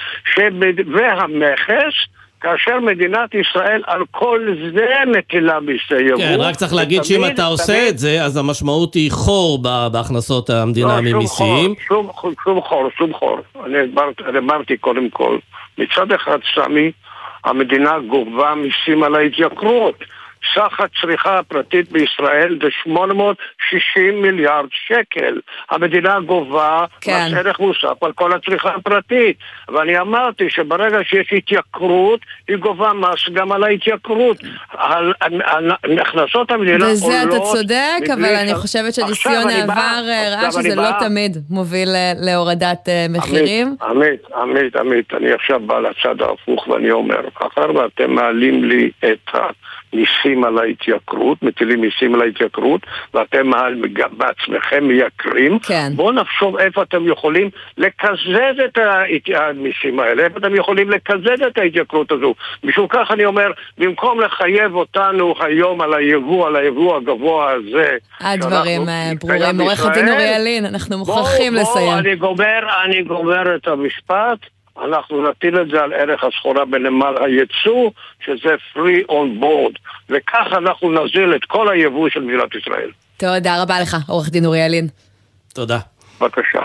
והמכס, כאשר מדינת ישראל על כל זה מטילה מיסי יבוא. כן, רק צריך להגיד שאם אתה עושה את זה, אז המשמעות היא חור בהכנסות המדינה ממיסים. שום חור, שום חור, שום חור. אני אמרתי קודם כל, מצד אחד סמי, המדינה גובה מיסים על ההתייקרות. סך הצריכה הפרטית בישראל זה שמונה מאות ושישים מיליארד שקל. המדינה גובה כן. מס ערך מוסף על כל הצריכה הפרטית. ואני אמרתי שברגע שיש התייקרות, היא גובה מס גם על ההתייקרות. על, על, על, על הכנסות המדינה וזה עולות... וזה אתה צודק, אבל ש... אני חושבת שניסיון העבר ראה שזה לא בא... תמיד מוביל להורדת מחירים. עמית, עמית, עמית, אני עכשיו בא לצד ההפוך ואני אומר, אחר ואתם מעלים לי את ה... מיסים על ההתייקרות, מטילים מיסים על ההתייקרות, ואתם בעצמכם מייקרים. כן. בואו נחשוב איפה אתם יכולים לקזז את המיסים האלה, איפה אתם יכולים לקזז את ההתייקרות הזו. משום כך אני אומר, במקום לחייב אותנו היום על היבוא, על היבוא הגבוה הזה, הדברים ברורים. עורכת דין אוריאל לין, אנחנו מוכרחים לסיים. בואו, אני גומר, אני גומר את המשפט. אנחנו נטיל את זה על ערך הסחורה בנמל הייצוא, שזה free on board, וכך אנחנו נזיל את כל היבוא של מדינת ישראל. תודה רבה לך, עורך דין אוריאל לין. תודה. בבקשה.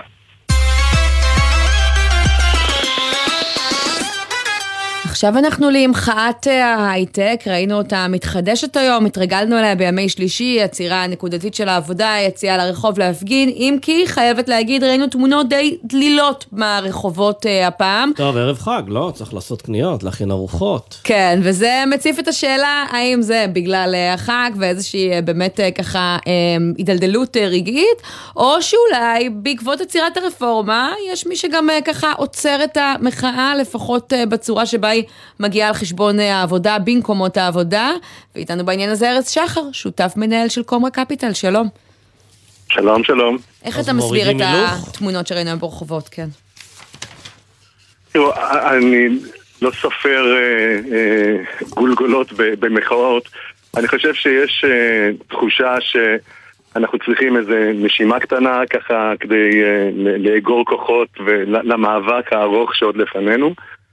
עכשיו אנחנו למחאת ההייטק, ראינו אותה מתחדשת היום, התרגלנו אליה בימי שלישי, הצירה הנקודתית של העבודה, יציאה לרחוב להפגין, אם כי חייבת להגיד, ראינו תמונות די דלילות מהרחובות הפעם. טוב, ערב חג, לא? צריך לעשות קניות, להכין ארוחות. כן, וזה מציף את השאלה, האם זה בגלל החג ואיזושהי באמת ככה הידלדלות רגעית, או שאולי בעקבות עצירת הרפורמה, יש מי שגם ככה עוצר את המחאה, לפחות בצורה שבה היא מגיעה על חשבון העבודה, במקומות העבודה, ואיתנו בעניין הזה ארז שחר, שותף מנהל של קומרה קפיטל, שלום. שלום, שלום. איך אתה מסביר את התמונות שראינו ברחובות, כן? תראו, אני לא סופר גולגולות במחאות, אני חושב שיש תחושה שאנחנו צריכים איזה נשימה קטנה, ככה כדי לאגור כוחות למאבק הארוך שעוד לפנינו.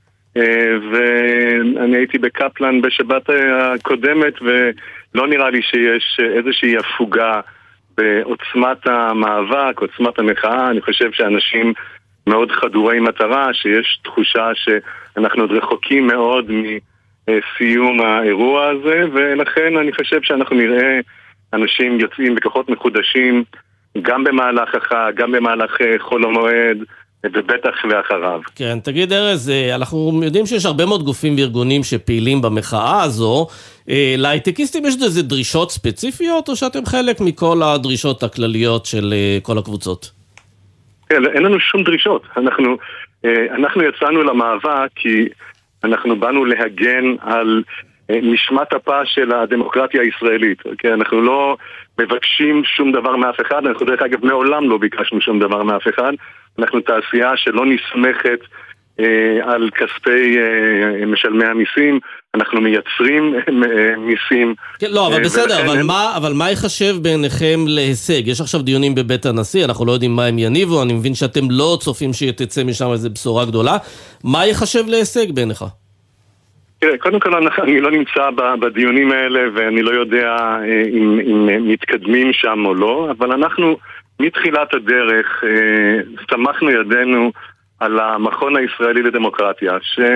ואני הייתי בקפלן בשבת הקודמת ולא נראה לי שיש איזושהי הפוגה בעוצמת המאבק, עוצמת המחאה. אני חושב שאנשים מאוד חדורי מטרה, שיש תחושה שאנחנו עוד רחוקים מאוד מסיום האירוע הזה, ולכן אני חושב שאנחנו נראה אנשים יוצאים בכוחות מחודשים גם במהלך החג, גם במהלך חול המועד, ובטח לאחריו. כן, תגיד ארז, אנחנו יודעים שיש הרבה מאוד גופים וארגונים שפעילים במחאה הזו. להייטקיסטים יש איזה דרישות ספציפיות, או שאתם חלק מכל הדרישות הכלליות של כל הקבוצות? כן, אין לנו שום דרישות. אנחנו, אנחנו יצאנו למאבק כי אנחנו באנו להגן על נשמת אפה של הדמוקרטיה הישראלית. כן, אנחנו לא מבקשים שום דבר מאף אחד, אנחנו דרך אגב מעולם לא ביקשנו שום דבר מאף אחד. אנחנו תעשייה שלא נסמכת אה, על כספי אה, משלמי המיסים, אנחנו מייצרים אה, מיסים. כן, לא, אבל אה, בסדר, אבל, הם... מה, אבל מה יחשב בעיניכם להישג? יש עכשיו דיונים בבית הנשיא, אנחנו לא יודעים מה הם יניבו, אני מבין שאתם לא צופים שתצא משם איזו בשורה גדולה. מה יחשב להישג בעיניך? תראה, קודם כל אני לא נמצא בדיונים האלה, ואני לא יודע אה, אם, אם מתקדמים שם או לא, אבל אנחנו מתחילת הדרך סמכנו ידינו על המכון הישראלי לדמוקרטיה,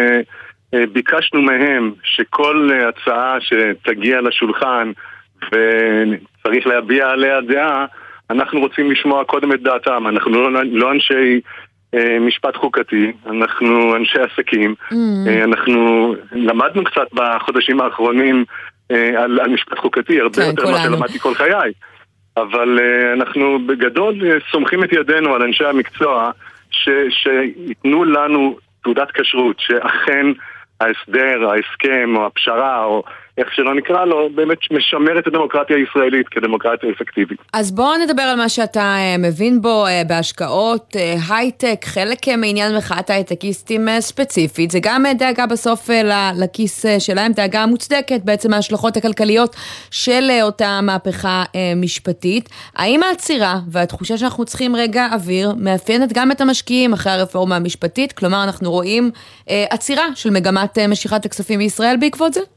שביקשנו מהם שכל הצעה שתגיע לשולחן וצריך להביע עליה דעה, אנחנו רוצים לשמוע קודם את דעתם. אנחנו לא, לא אנשי משפט חוקתי, אנחנו אנשי עסקים, mm. אנחנו למדנו קצת בחודשים האחרונים על, על משפט חוקתי, הרבה כן, יותר מה שלמדתי כל חיי. אבל uh, אנחנו בגדול uh, סומכים את ידינו על אנשי המקצוע ש, שיתנו לנו תעודת כשרות, שאכן ההסדר, ההסכם או הפשרה או איך שלא נקרא לו, באמת משמר את הדמוקרטיה הישראלית כדמוקרטיה אפקטיבית. אז בואו נדבר על מה שאתה מבין בו בהשקעות, הייטק, חלק מעניין מחאת ההייטקיסטים ספציפית, זה גם דאגה בסוף לכיס שלהם, דאגה מוצדקת בעצם ההשלכות הכלכליות של אותה מהפכה משפטית. האם העצירה והתחושה שאנחנו צריכים רגע אוויר מאפיינת גם את המשקיעים אחרי הרפורמה המשפטית? כלומר, אנחנו רואים עצירה של מגמת משיכת הכספים בישראל בעקבות זה?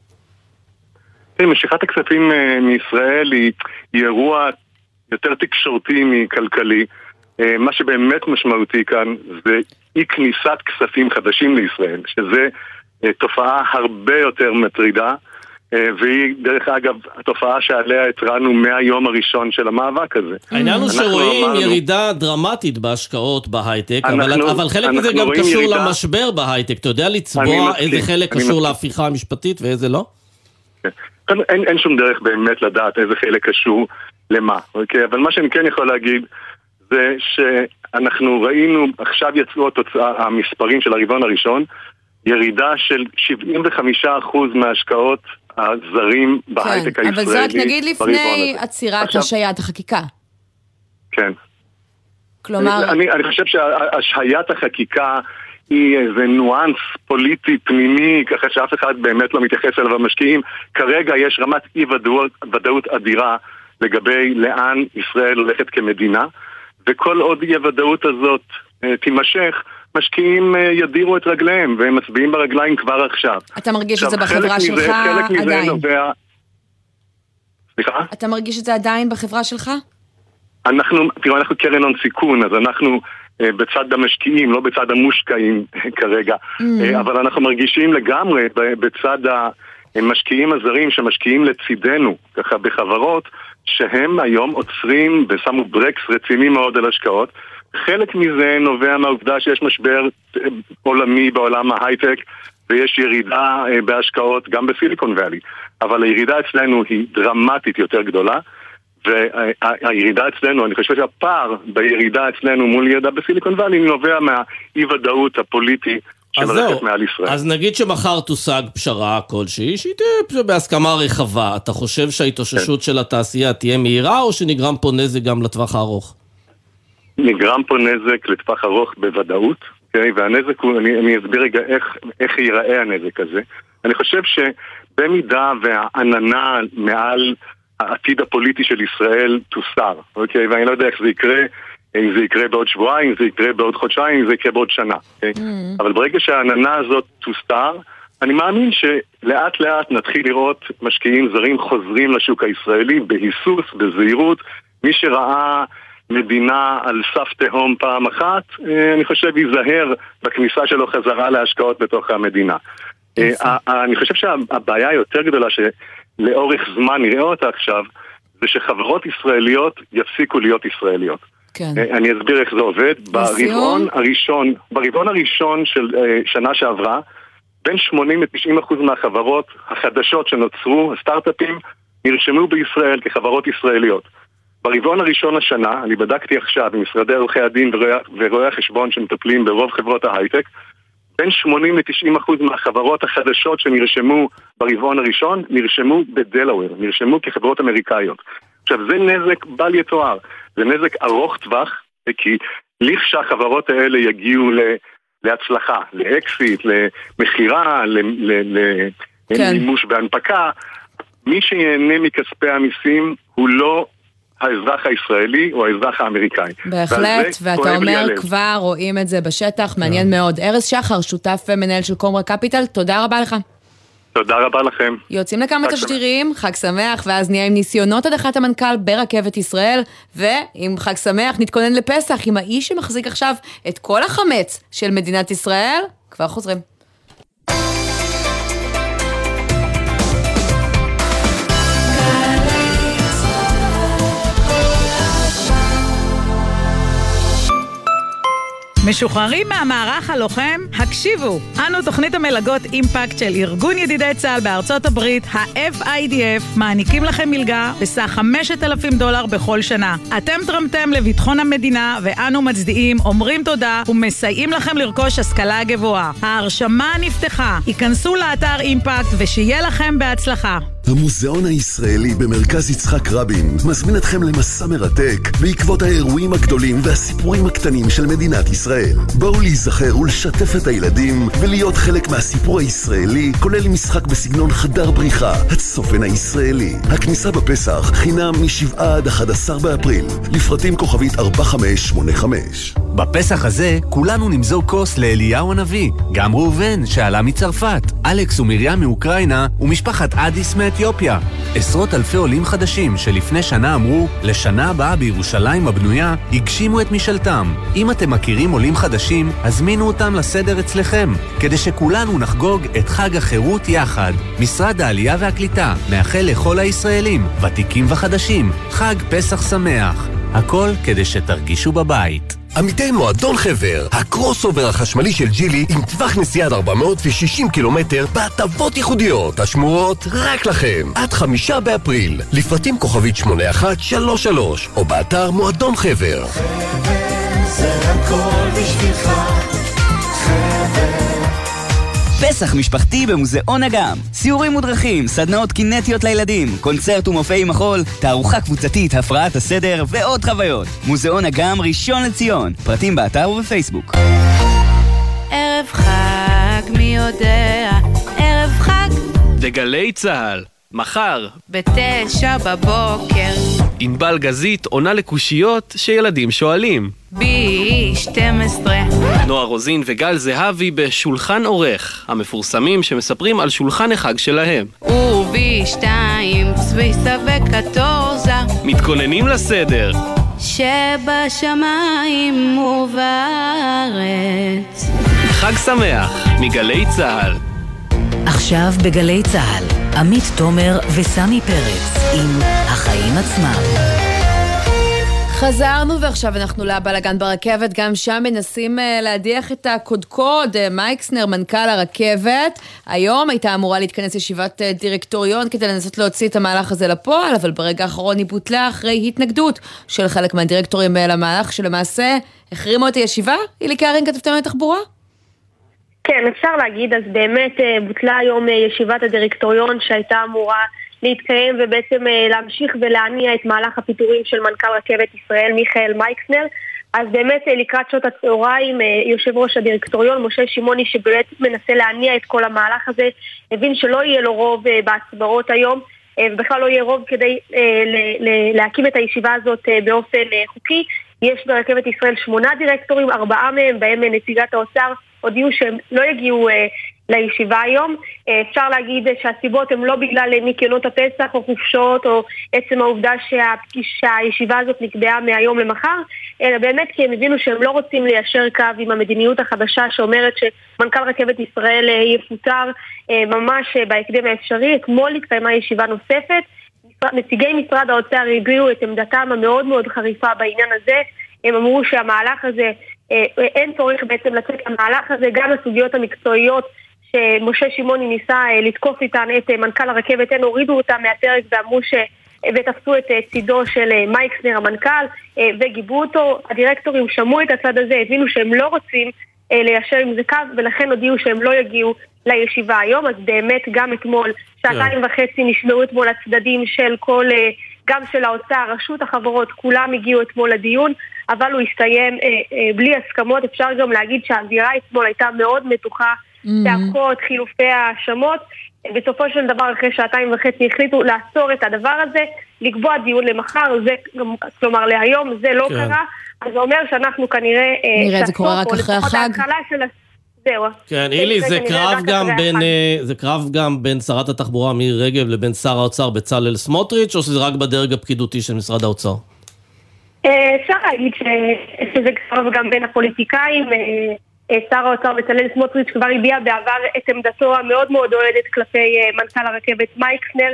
משיכת הכספים מישראל היא, היא אירוע יותר תקשורתי מכלכלי. מה שבאמת משמעותי כאן זה אי כניסת כספים חדשים לישראל, שזה תופעה הרבה יותר מטרידה, והיא דרך אגב התופעה שעליה התרענו מהיום הראשון של המאבק הזה. העניין הוא שרואים אמרנו, ירידה דרמטית בהשקעות בהייטק, אבל, אבל חלק מזה גם קשור ירידה... למשבר בהייטק. אתה יודע לצבוע איזה חלק קשור להפיכה המשפטית ואיזה לא? אין, אין, אין שום דרך באמת לדעת איזה חלק קשור למה, אוקיי? אבל מה שאני כן יכול להגיד זה שאנחנו ראינו, עכשיו יצאו התוצאה, המספרים של הרבעון הראשון, ירידה של שבעים וחמישה אחוז מההשקעות הזרים בהייטק הישראלי. אבל זה רק נגיד לפני עצירת השעיית החקיקה. כן. כלומר... אני, אני חושב שהשעיית החקיקה היא איזה ניואנס פוליטי פנימי, ככה שאף אחד באמת לא מתייחס אליו המשקיעים. כרגע יש רמת אי ודאות, ודאות אדירה לגבי לאן ישראל הולכת כמדינה, וכל עוד אי הוודאות הזאת תימשך, משקיעים ידירו את רגליהם, והם מצביעים ברגליים כבר עכשיו. אתה מרגיש את זה בחברה שלך עדיין? סליחה? אתה מרגיש את זה עדיין בחברה שלך? אנחנו, תראו, אנחנו קרן הון סיכון, אז אנחנו בצד המשקיעים, לא בצד המושקעים כרגע, אבל אנחנו מרגישים לגמרי בצד המשקיעים הזרים שמשקיעים לצידנו, ככה בחברות, שהם היום עוצרים ושמו ברקס רציני מאוד על השקעות. חלק מזה נובע מהעובדה שיש משבר עולמי בעולם ההייטק ויש ירידה בהשקעות גם בסיליקון ואלי, אבל הירידה אצלנו היא דרמטית יותר גדולה, והירידה אצלנו, אני חושב שהפער בירידה אצלנו מול ירידה בסיליקון ואלי נובע מהאי ודאות הפוליטי שמלכת מעל ישראל. אז נגיד שמחר תושג פשרה כלשהי, שהיא תהיה בהסכמה רחבה, אתה חושב שההתאוששות של התעשייה תהיה מהירה, או שנגרם פה נזק גם לטווח הארוך? נגרם פה נזק לטווח ארוך בוודאות, okay? והנזק הוא, אני, אני אסביר רגע איך, איך ייראה הנזק הזה. אני חושב שבמידה והעננה מעל העתיד הפוליטי של ישראל תוסר, אוקיי? ואני לא יודע איך זה יקרה, אם זה יקרה בעוד שבועיים, אם זה יקרה בעוד חודשיים, אם זה יקרה בעוד שנה, אוקיי? Mm-hmm. אבל ברגע שהעננה הזאת תוסר, אני מאמין שלאט לאט נתחיל לראות משקיעים זרים חוזרים לשוק הישראלי בהיסוס, בזהירות. מי שראה מדינה על סף תהום פעם אחת, אני חושב ייזהר בכניסה שלו חזרה להשקעות בתוך המדינה. אני חושב שהבעיה היותר גדולה שלאורך זמן נראה אותה עכשיו, זה שחברות ישראליות יפסיקו להיות ישראליות. כן. אני אסביר איך זה עובד. ברבעון הראשון, ברבעון הראשון של שנה שעברה, בין שמונים ל-תשעים אחוז מהחברות החדשות שנוצרו, הסטארט-אפים, נרשמו בישראל כחברות ישראליות. ברבעון הראשון השנה, אני בדקתי עכשיו במשרדי עורכי הדין ורואי החשבון שמטפלים ברוב חברות ההייטק, בין שמונים ל-תשעים אחוז מהחברות החדשות שנרשמו ברבעון הראשון, נרשמו בדלאוור, נרשמו כחברות אמריקאיות. עכשיו, זה נזק בל יתואר, זה נזק ארוך טווח, כי לכשהחברות האלה יגיעו להצלחה, לאקסיט, למחירה, למימוש בהנפקה, מי שיהנה מכספי המיסים הוא לא האזרח הישראלי או האזרח האמריקאי. בהחלט, ואתה אומר כבר רואים את זה בשטח, מעניין מאוד. ארז שחר, שותף מנהל של קומרה קפיטל, תודה רבה לך. תודה רבה לכם. יוצאים לכמה תשדירים, חג שמח, ואז נהיה עם ניסיונות הדחת המנכ"ל ברכבת ישראל, ועם חג שמח נתכונן לפסח עם האיש שמחזיק עכשיו את כל החמץ של מדינת ישראל. כבר חוזרים. משוחררים מהמערך הלוחם? הקשיבו! אנו תוכנית המלגות אימפקט של ארגון ידידי צה"ל בארצות הברית, ה-אף איי די אף, מעניקים לכם מלגה בסך חמשת אלפים דולר בכל שנה. אתם תרמתם לביטחון המדינה ואנו מצדיעים, אומרים תודה ומסייעים לכם לרכוש השכלה גבוהה. ההרשמה נפתחה. היכנסו לאתר אימפקט ושיהיה לכם בהצלחה. המוזיאון הישראלי במרכז יצחק רבין מזמין אתכם למסע מרתק בעקבות האירועים הגדולים והסיפורים הקטנים של מדינת ישראל. בואו להיזכר ולשתף את הילדים ולהיות חלק מהסיפור הישראלי, כולל משחק בסגנון חדר בריחה, הצופן הישראלי. הכניסה בפסח חינם משבעה עד אחד עשר באפריל. לפרטים כוכבית ארבע חמש שמונה חמש. בפסח הזה כולנו נמזוג כוס לאליהו הנביא, גם ראובן שעלה מצרפת, אלכס ומרים מאוקראינה ומשפחת אדיס מאתיופיה. עשרות אלפי עולים חדשים שלפני שנה אמרו לשנה הבאה בירושלים הבנויה הגשימו את משאלתם. אם אתם מכירים עולים חדשים, הזמינו אותם לסדר אצלכם, כדי שכולנו נחגוג את חג החירות יחד. משרד העלייה והקליטה מאחל לכל הישראלים, ותיקים וחדשים, חג פסח שמח. הכל כדי שתרגישו בבית. עמיתי מועדון חבר, הקרוס אובר החשמלי של ג'ילי עם טווח נסיעה עד ארבע מאות ושישים קילומטר בהטבות ייחודיות השמורות רק לכם עד חמישה באפריל. לפרטים כוכבית שמונה אחת שלוש שלוש או באתר מועדון חבר. חבר זה הכל בשבילך. חבר פסח פסח משפחתי במוזיאון אגם. סיורים מודרכים, סדנאות קינטיות לילדים, קונצרט ומופעי מחול, תערוכה קבוצתית, הפרעת הסדר ועוד חוויות. מוזיאון אגם ראשון לציון. פרטים באתר ובפייסבוק. ערב חג, מי יודע? ערב חג בגלי צהל, מחר בתשע בבוקר ענבל גזית עונה לקושיות שילדים שואלים. בי שתים עשרה נועה רוזין וגל זהבי בשולחן עורך, המפורסמים שמספרים על שולחן החג שלהם. ובי שתיים צביסה וקטורזה מתכוננים לסדר שבשמיים ובארץ. חג שמח מגלי צהל. עכשיו בגלי צהל, עמית תומר וסמי פרץ עם החיים עצמם. חזרנו ועכשיו אנחנו לבלגן ברכבת, גם שם מנסים להדיח את הקודקוד. מייקסנר, מנכ"ל הרכבת, היום הייתה אמורה להתכנס ישיבת דירקטוריון כדי לנסות להוציא את המהלך הזה לפועל, אבל ברגע האחרון היא בוטלה אחרי התנגדות של חלק מהדירקטורים למהלך, שלמעשה החרימו את הישיבה. אילי קרן, כתבתם לתחבורה? כן, אפשר להגיד, אז באמת בוטלה היום ישיבת הדירקטוריון שהייתה אמורה להתקיים ובעצם להמשיך ולהניע את מהלך הפיטורים של מנכ"ל רכבת ישראל מיכאל מייקסנר. אז באמת לקראת שעות הצהריים יושב ראש הדירקטוריון משה שמעוני, שבאמת מנסה להניע את כל המהלך הזה, הבין שלא יהיה לו רוב בהצבעות היום ובכלל לא יהיה רוב כדי להקים את הישיבה הזאת באופן חוקי. יש ברכבת ישראל שמונה דירקטורים, ארבעה מהם, בהם נציגת האוצר, הודיעו שהם לא יגיעו אה, לישיבה היום. אה, אפשר להגיד שהסיבות הם לא בגלל ניקיונות הפסח או חופשות או עצם העובדה שהישיבה הזאת נקבעה מהיום למחר, אלא באמת כי הם הבינו שהם לא רוצים ליישר קו עם המדיניות החדשה שאומרת שמנכ"ל רכבת ישראל אה, יפוטר אה, ממש אה, בהקדם האפשרי. אתמול התקיימה ישיבה נוספת. נציגי משרד האוצר הביעו את עמדתם המאוד מאוד חריפה בעניין הזה. הם אמרו שהמהלך הזה, אין צורך בעצם לצאת למהלך הזה, גם הסוגיות המקצועיות שמשה שמעוני ניסה לתקוף איתן את מנכ"ל הרכבת, הן הורידו אותם מהפרק ואמרו ש... ותפסו את צידו של מייקסנר המנכ"ל וגיבו אותו. הדירקטורים שמעו את הצד הזה, הבינו שהם לא רוצים ליישר עם זה קו, ולכן הודיעו שהם לא יגיעו לישיבה היום. אז באמת גם אתמול, שעתיים וחצי נשמעו אתמול הצדדים של כל, גם של האוצר, רשות החברות, כולם הגיעו אתמול לדיון, אבל הוא הסתיים אה, אה, בלי הסכמות. אפשר גם להגיד שהאווירה אתמול הייתה מאוד מתוחה, צעקות, mm-hmm. חילופי האשמות. בסופו של דבר, אחרי שעתיים וחצי החליטו לעצור את הדבר הזה, לקבוע דיון למחר, זה, כלומר להיום זה לא כן. קרה, אז זה אומר שאנחנו כנראה... נראה, זה קורה רק אחרי החג. של... זהו. כן, אילי, זה קרב גם בין, זה קרב גם בין שרת התחבורה מירי רגב לבין שר האוצר בצלאל סמוטריץ', או שזה רק בדרג הפקידותי של משרד האוצר? אפשר להגיד שזה קרב גם בין הפוליטיקאים. שר האוצר בצלאל סמוטריץ' כבר הביע בעבר את עמדתו המאוד מאוד אוהדת כלפי מנכ"ל הרכבת מייקסנר,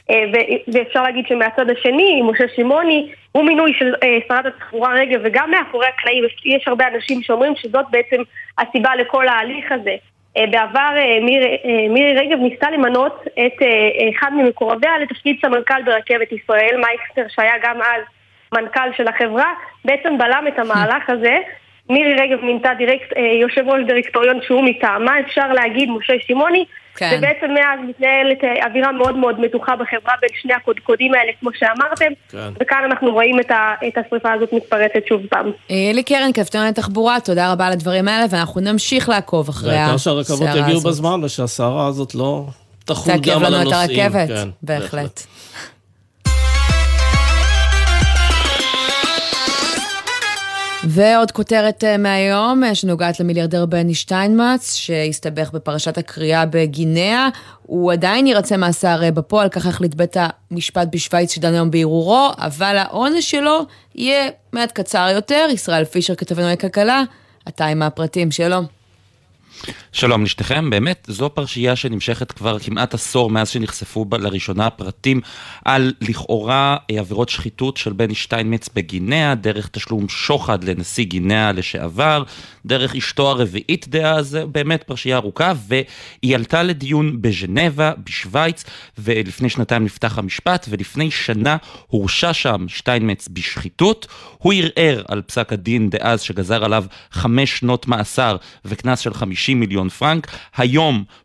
ואפשר להגיד שמהצד השני, משה שמעוני, הוא מינוי של שרת התחבורה רגב, וגם מאחורי הקלעים יש הרבה אנשים שאומרים שזאת בעצם הסיבה לכל ההליך הזה. בעבר מירי, מירי רגב ניסתה למנות את אחד ממקורביה לתפקיד סמנכ"ל ברכבת ישראל, מייקסנר שהיה גם אז מנכ"ל של החברה, בעצם בלם את המהלך הזה. מירי רגב מינתה דירקט, יושב ראש דירקטוריון שהוא מטעמה, אפשר להגיד משה שמעוני, כן. ובעצם מאז מתנהלת אווירה מאוד מאוד מתוחה בחברה בין שני הקודקודים האלה, כמו שאמרתם, כן. וכאן אנחנו רואים את, ה, את השריפה הזאת מתפרצת שוב פעם. אילי קרן, כתבתנו לתחבורה, תודה רבה על הדברים האלה, ואנחנו נמשיך לעקוב אחרי הסערה הזאת. בעיקר שהרכבות יגיעו בזמן, ושהסערה הזאת לא תחול גם על הנושאים. תעכב לנו את הרכבת, כן, בהחלט. בהחלט. ועוד כותרת מהיום שנוגעת למיליארדר בני שטיינמץ שהסתבך בפרשת הקריאה בגינאה. הוא עדיין ירצה מאסר בפועל, כך החליט בית המשפט בשוויץ שדן היום בערעורו, אבל העונש שלו יהיה מעט קצר יותר. ישראל פישר, כתבנו לכלכלה, אתה עם הפרטים שלו. שלום לשתיכם, באמת זו פרשייה שנמשכת כבר כמעט עשור מאז שנחשפו לראשונה הפרטים על לכאורה עבירות שחיתות של בני שטיינמץ בגינאה, דרך תשלום שוחד לנשיא גינאה לשעבר, דרך אשתו הרביעית דעה. זה באמת פרשייה ארוכה, והיא עלתה לדיון בז'נבה, בשוויץ, ולפני שנתיים נפתח המשפט, ולפני שנה הורשע שם שטיינמץ בשחיתות. הוא ערער על פסק הדין דאז שגזר עליו חמש שנות מאסר וקנס של חמישים מיליון פרנק. היום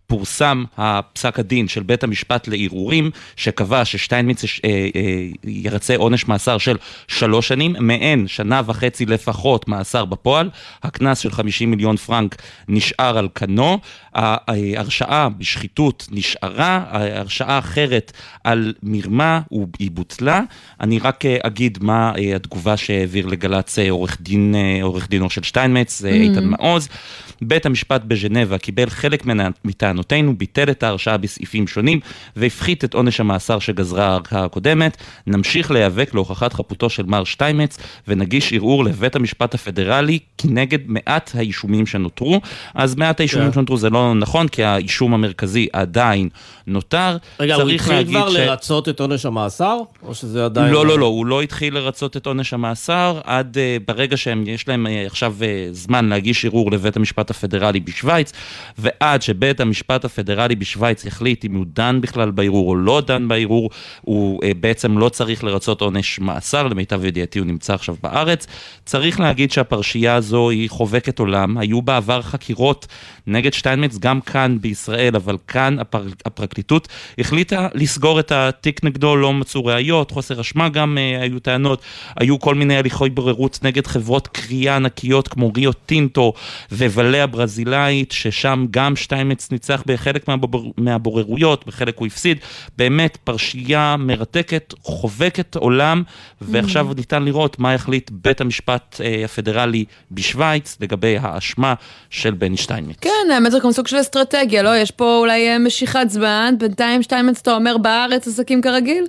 פורסם הפסק הדין של בית המשפט לערעורים, שקבע ששטיינמיץ ירצה עונש מאסר של שלוש שנים, מהן שנה וחצי לפחות מאסר בפועל, הכנס של חמישים מיליון פרנק נשאר על כנו, ההרשעה בשחיתות נשארה, ההרשעה אחרת על מרמה היא בוטלה. אני רק אגיד מה התגובה שהעביר לגלץ עורך דין, עורך דינו של שטיינמיץ, איתן מעוז. בית המשפט בז'נבה קיבל חלק מטענותינו, ביטל את ההרשעה בסעיפים שונים והפחית את עונש המאסר שגזרה הערכאה הקודמת. נמשיך להיאבק להוכחת חפותו של מר שטיינמיץ ונגיש ערעור לבית המשפט הפדרלי כנגד מעט האישומים שנותרו. אז מעט האישומים שנותרו זה לא נכון, כי האישום המרכזי עדיין נותר. רגע, הוא התחיל כבר ש... לרצות את עונש המאסר? או שזה עדיין... לא, לא, לא, הוא לא התחיל לרצות את עונש המאסר, עד uh, ברגע שהם, יש להם uh, עכשיו uh, זמן להגיש ערעור לבית המשפט הפדרלי בשוויץ, ועד שבית המשפט הפדרלי בשוויץ יחליט אם הוא דן בכלל בערעור או לא דן בערעור, הוא uh, בעצם לא צריך לרצות עונש מאסר, למיטב ידיעתי הוא נמצא עכשיו בארץ. צריך להגיד שהפרשייה הזו היא חובקת עולם, היו בעבר חקירות נגד שטיינמיץ גם כאן בישראל, אבל כאן הפר... הפרקליטות החליטה לסגור את התיק נגדו, לא מצאו ראיות, חוסר אשמה גם uh, היו טענות, היו כל מיני הליכי בוררות נגד חברות קריאה ענקיות כמו ריו טינטו ווולה הברזילאית, ששם גם שטיינמיץ ניצח בחלק מהבור... מהבוררויות, בחלק הוא הפסיד. באמת פרשייה מרתקת, חובקת עולם, ועכשיו ניתן לראות מה יחליט בית המשפט uh, הפדרלי בשוויץ לגבי האשמה של בני שטיינמיץ. כן, האמת זה כמו סוג של אסטרטגיה, לא? יש פה אולי משיכת זמן, בינתיים שטיינמיץ אתה אומר בארץ עסקים כרגיל?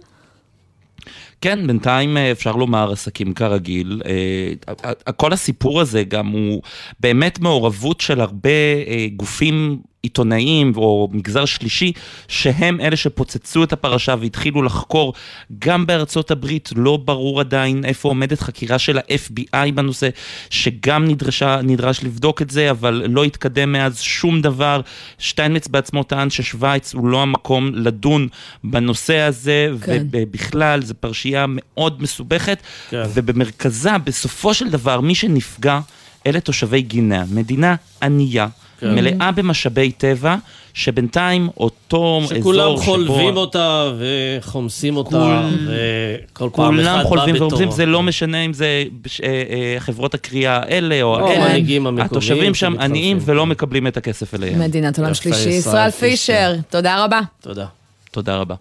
כן, בינתיים אפשר לומר עסקים כרגיל. כל הסיפור הזה גם הוא באמת מעורבות של הרבה גופים עיתונאים או מגזר שלישי, שהם אלה שפוצצו את הפרשה והתחילו לחקור. גם בארצות הברית לא ברור עדיין איפה עומדת חקירה של ה-אף בי איי בנושא, שגם נדרשה, נדרש לבדוק את זה, אבל לא התקדם מאז שום דבר. שטיינמיץ בעצמו טען ששוויץ הוא לא המקום לדון בנושא הזה, כן. ובכלל זה פרשייה מאוד מסובכת, כן. ובמרכזה בסופו של דבר מי שנפגע אלה תושבי גינאה, מדינה ענייה, כן. מלאה במשאבי טבע, שבינתיים אותו אזור שבו... שכולם חולבים אותה וחומסים אותה, כול... וכל פעם אחד בא בתורו. כולם חולבים וחומסים, זה לא משנה אם זה חברות הקריאה האלה או האלה. התושבים שם עניים ולא מקבלים את הכסף אליהם. מדינת עולם שלישי, ישראל פישר, תודה רבה. תודה. תודה רבה.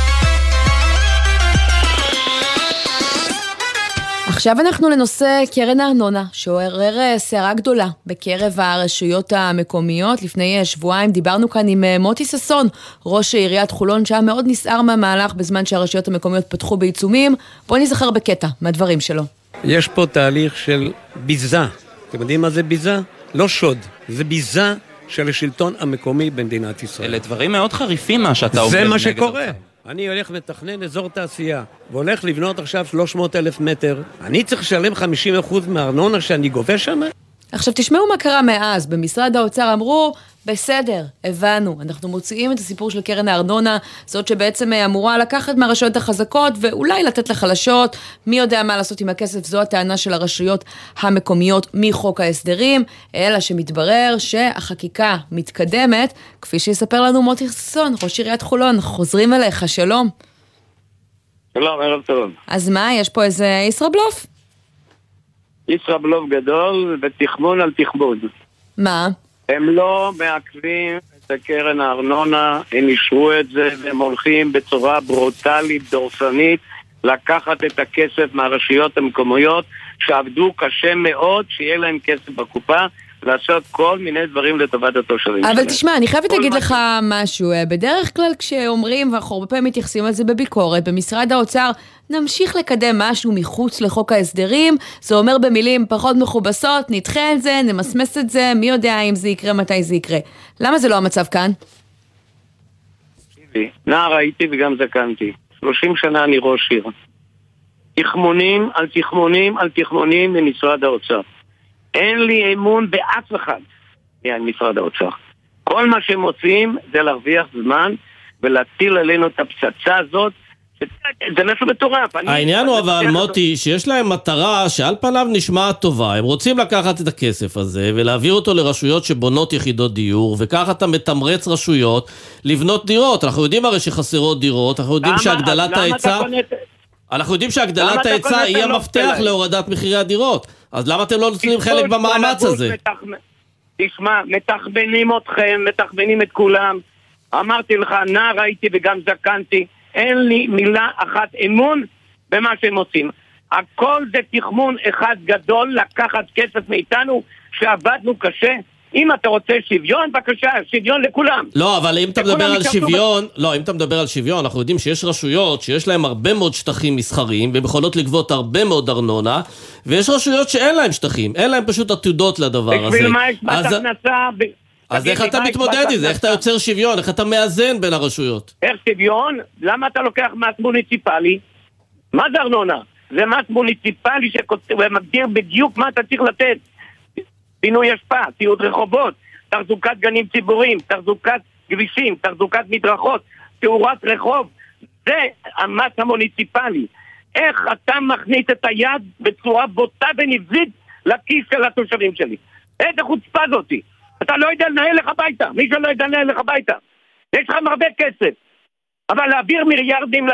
עכשיו אנחנו לנושא קרן הארנונה, שעורר סערה גדולה בקרב הרשויות המקומיות. לפני שבועיים דיברנו כאן עם מוטי ססון, ראש עיריית חולון, שהיה מאוד נסער מהמהלך בזמן שהרשויות המקומיות פתחו בעיצומים. בואו נזכר בקטע מהדברים שלו. יש פה תהליך של ביזה. אתם יודעים מה זה ביזה? לא שוד, זה ביזה של השלטון המקומי במדינת ישראל. אלה דברים מאוד חריפים מה שאתה אומר. זה מה שקורה. אני הולך לתכנן אזור תעשייה, והולך לבנות עכשיו שלוש מאות אלף מטר. אני צריך לשלם חמישים אחוז מהארנונה שאני גובה שם? עכשיו תשמעו מה קרה מאז. במשרד האוצר אמרו, בסדר, הבנו, אנחנו מוציאים את הסיפור של קרן הארנונה, זאת שבעצם אמורה לקחת מהרשויות החזקות ואולי לתת לחלשות, מי יודע מה לעשות עם הכסף, זו הטענה של הרשויות המקומיות מחוק ההסדרים, אלא שמתברר שהחקיקה מתקדמת, כפי שיספר לנו מוטי ססון, ראש עיריית חולון. חוזרים אליך, שלום. שלום, ערב טוב. אז מה, יש פה איזה ישראבלוף? ישראבלוף גדול ותכמון על תכמון. מה? הם לא מעכבים את הקרן הארנונה, הם אישרו את זה, והם הולכים בצורה ברוטלית, דורסנית, לקחת את הכסף מהרשויות המקומיות, שעבדו קשה מאוד, שיהיה להם כסף בקופה, לעשות כל מיני דברים לטובת התושבים. אבל תשמע, אני חייבת להגיד לך משהו. בדרך כלל כשאומרים, ואנחנו הרבה פעמים מתייחסים על זה בביקורת, במשרד האוצר, נמשיך לקדם משהו מחוץ לחוק ההסדרים, זה אומר במילים פחות מכובסות, נדחה את זה, נמסמס את זה, מי יודע אם זה יקרה, מתי זה יקרה. למה זה לא המצב כאן? נער הייתי וגם זקנתי. שלושים שנה אני ראש עיר. תחמונים על תחמונים על תחמונים במשרד האוצר. אין לי אמון באף אחד משרד האוצר. כל מה שהם מוצאים זה להרוויח זמן ולהטיל עלינו את הפצצה הזאת, זה משהו מטורף. העניין הוא אבל, מוטי, שיש להם מטרה שעל פניו נשמעת טובה. הם רוצים לקחת את הכסף הזה ולהעביר אותו לרשויות שבונות יחידות דיור, וכך אתה מתמרץ רשויות לבנות דירות. אנחנו יודעים הרי שחסרות דירות, אנחנו יודעים שהגדלת ההיצע... אנחנו יודעים שהגדלת ההיצע היא המפתח להורדת מחירי הדירות. אז למה אתם לא נותנים חלק במאמץ הזה? תשמע, מתחבנים אתכם, מתחבנים את כולם. אמרתי לך, נער הייתי וגם זקנתי, אין לי מילה אחת אמון במה שהם עושים. הכל זה תחמון אחד גדול לקחת כסף מאיתנו שעבדנו קשה. אם אתה רוצה שוויון, בבקשה, שוויון לכולם. לא, אבל אם אתה מדבר על שוויון, ב... לא, אם אתה מדבר על שוויון, אנחנו יודעים שיש רשויות שיש להם הרבה מאוד שטחים מסחריים, והם יכולות לגבות הרבה מאוד ארנונה, ויש רשויות שאין להם שטחים, אין להם פשוט עתודות לדבר הזה. בשביל מה יש בת הכנסה... ב... אז איך אתה מתמודד עם זה? איך אתה יוצר שוויון? איך אתה מאזן בין הרשויות? איך שוויון? למה אתה לוקח מס מוניציפלי? מה זה ארנונה? זה מס מוניציפלי שמגדיר בדיוק מה אתה צריך לתת. פינוי אשפה, ציוד רחובות, תחזוקת גנים ציבוריים, תחזוקת כבישים, תחזוקת מדרכות, תאורת רחוב. זה המס המוניציפלי. איך אתה מכניס את היד בצורה בוטה ונבזית לכיס של התושבים שלי? איזה חוצפה זאתי? אתה לא יודע לנהל לך הביתה, מי שלא יודע לנהל לך הביתה. יש לך הרבה כסף, אבל להעביר מיליארדים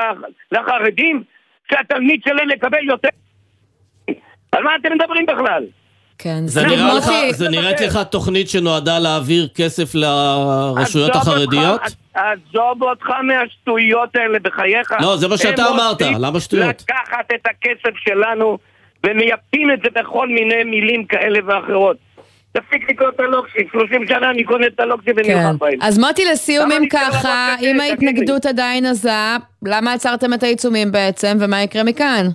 לחרדים, שהתלמיד שלהם לקבל יותר. על מה אתם מדברים בכלל? כן, זה נראה לך, זה נראית לך תוכנית שנועדה להעביר כסף לרשויות החרדיות? עזוב אותך מהשטויות האלה בחייך. לא, זה מה שאתה אמרת, למה שטויות? לקחת את הכסף שלנו ומייפים את זה בכל מיני מילים כאלה ואחרות. תפסיק לקרוא את הלוקסים, שלושים שנה אני קונה את הלוקסים ונלחם בהם. אז מוטי, לסיום אם ככה, אם ההתנגדות עדיין עזה, למה עצרתם את העיצומים בעצם, ומה יקרה מכאן?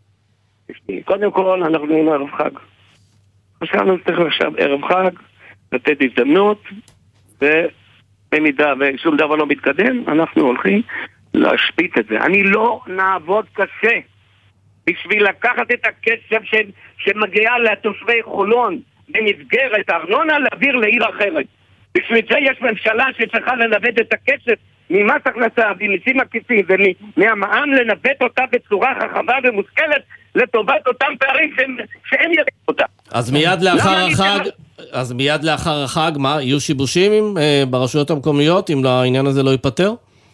קודם כל, אנחנו עם ערב חג. חשבנו שצריך עכשיו ערב חג, לתת הזדמנות, ובמידה ושום דבר לא מתקדם, אנחנו הולכים להשפיט את זה. אני לא נעבוד קשה בשביל לקחת את הכסף שמגיע לתושבי חולון, במסגרת הארנונה להעביר לעיר אחרת. בשביל זה יש ממשלה שצריכה לנווט את הכסף ממס הכנסה וממיסים עקיפים ומהמע"מ לנווט אותה בצורה חכמה ומושכלת לטובת אותם פערים שהם יראים אותה. אז מיד לאחר החג, אז מיד לאחר החג, מה, יהיו שיבושים ברשויות המקומיות אם העניין הזה לא ייפטר?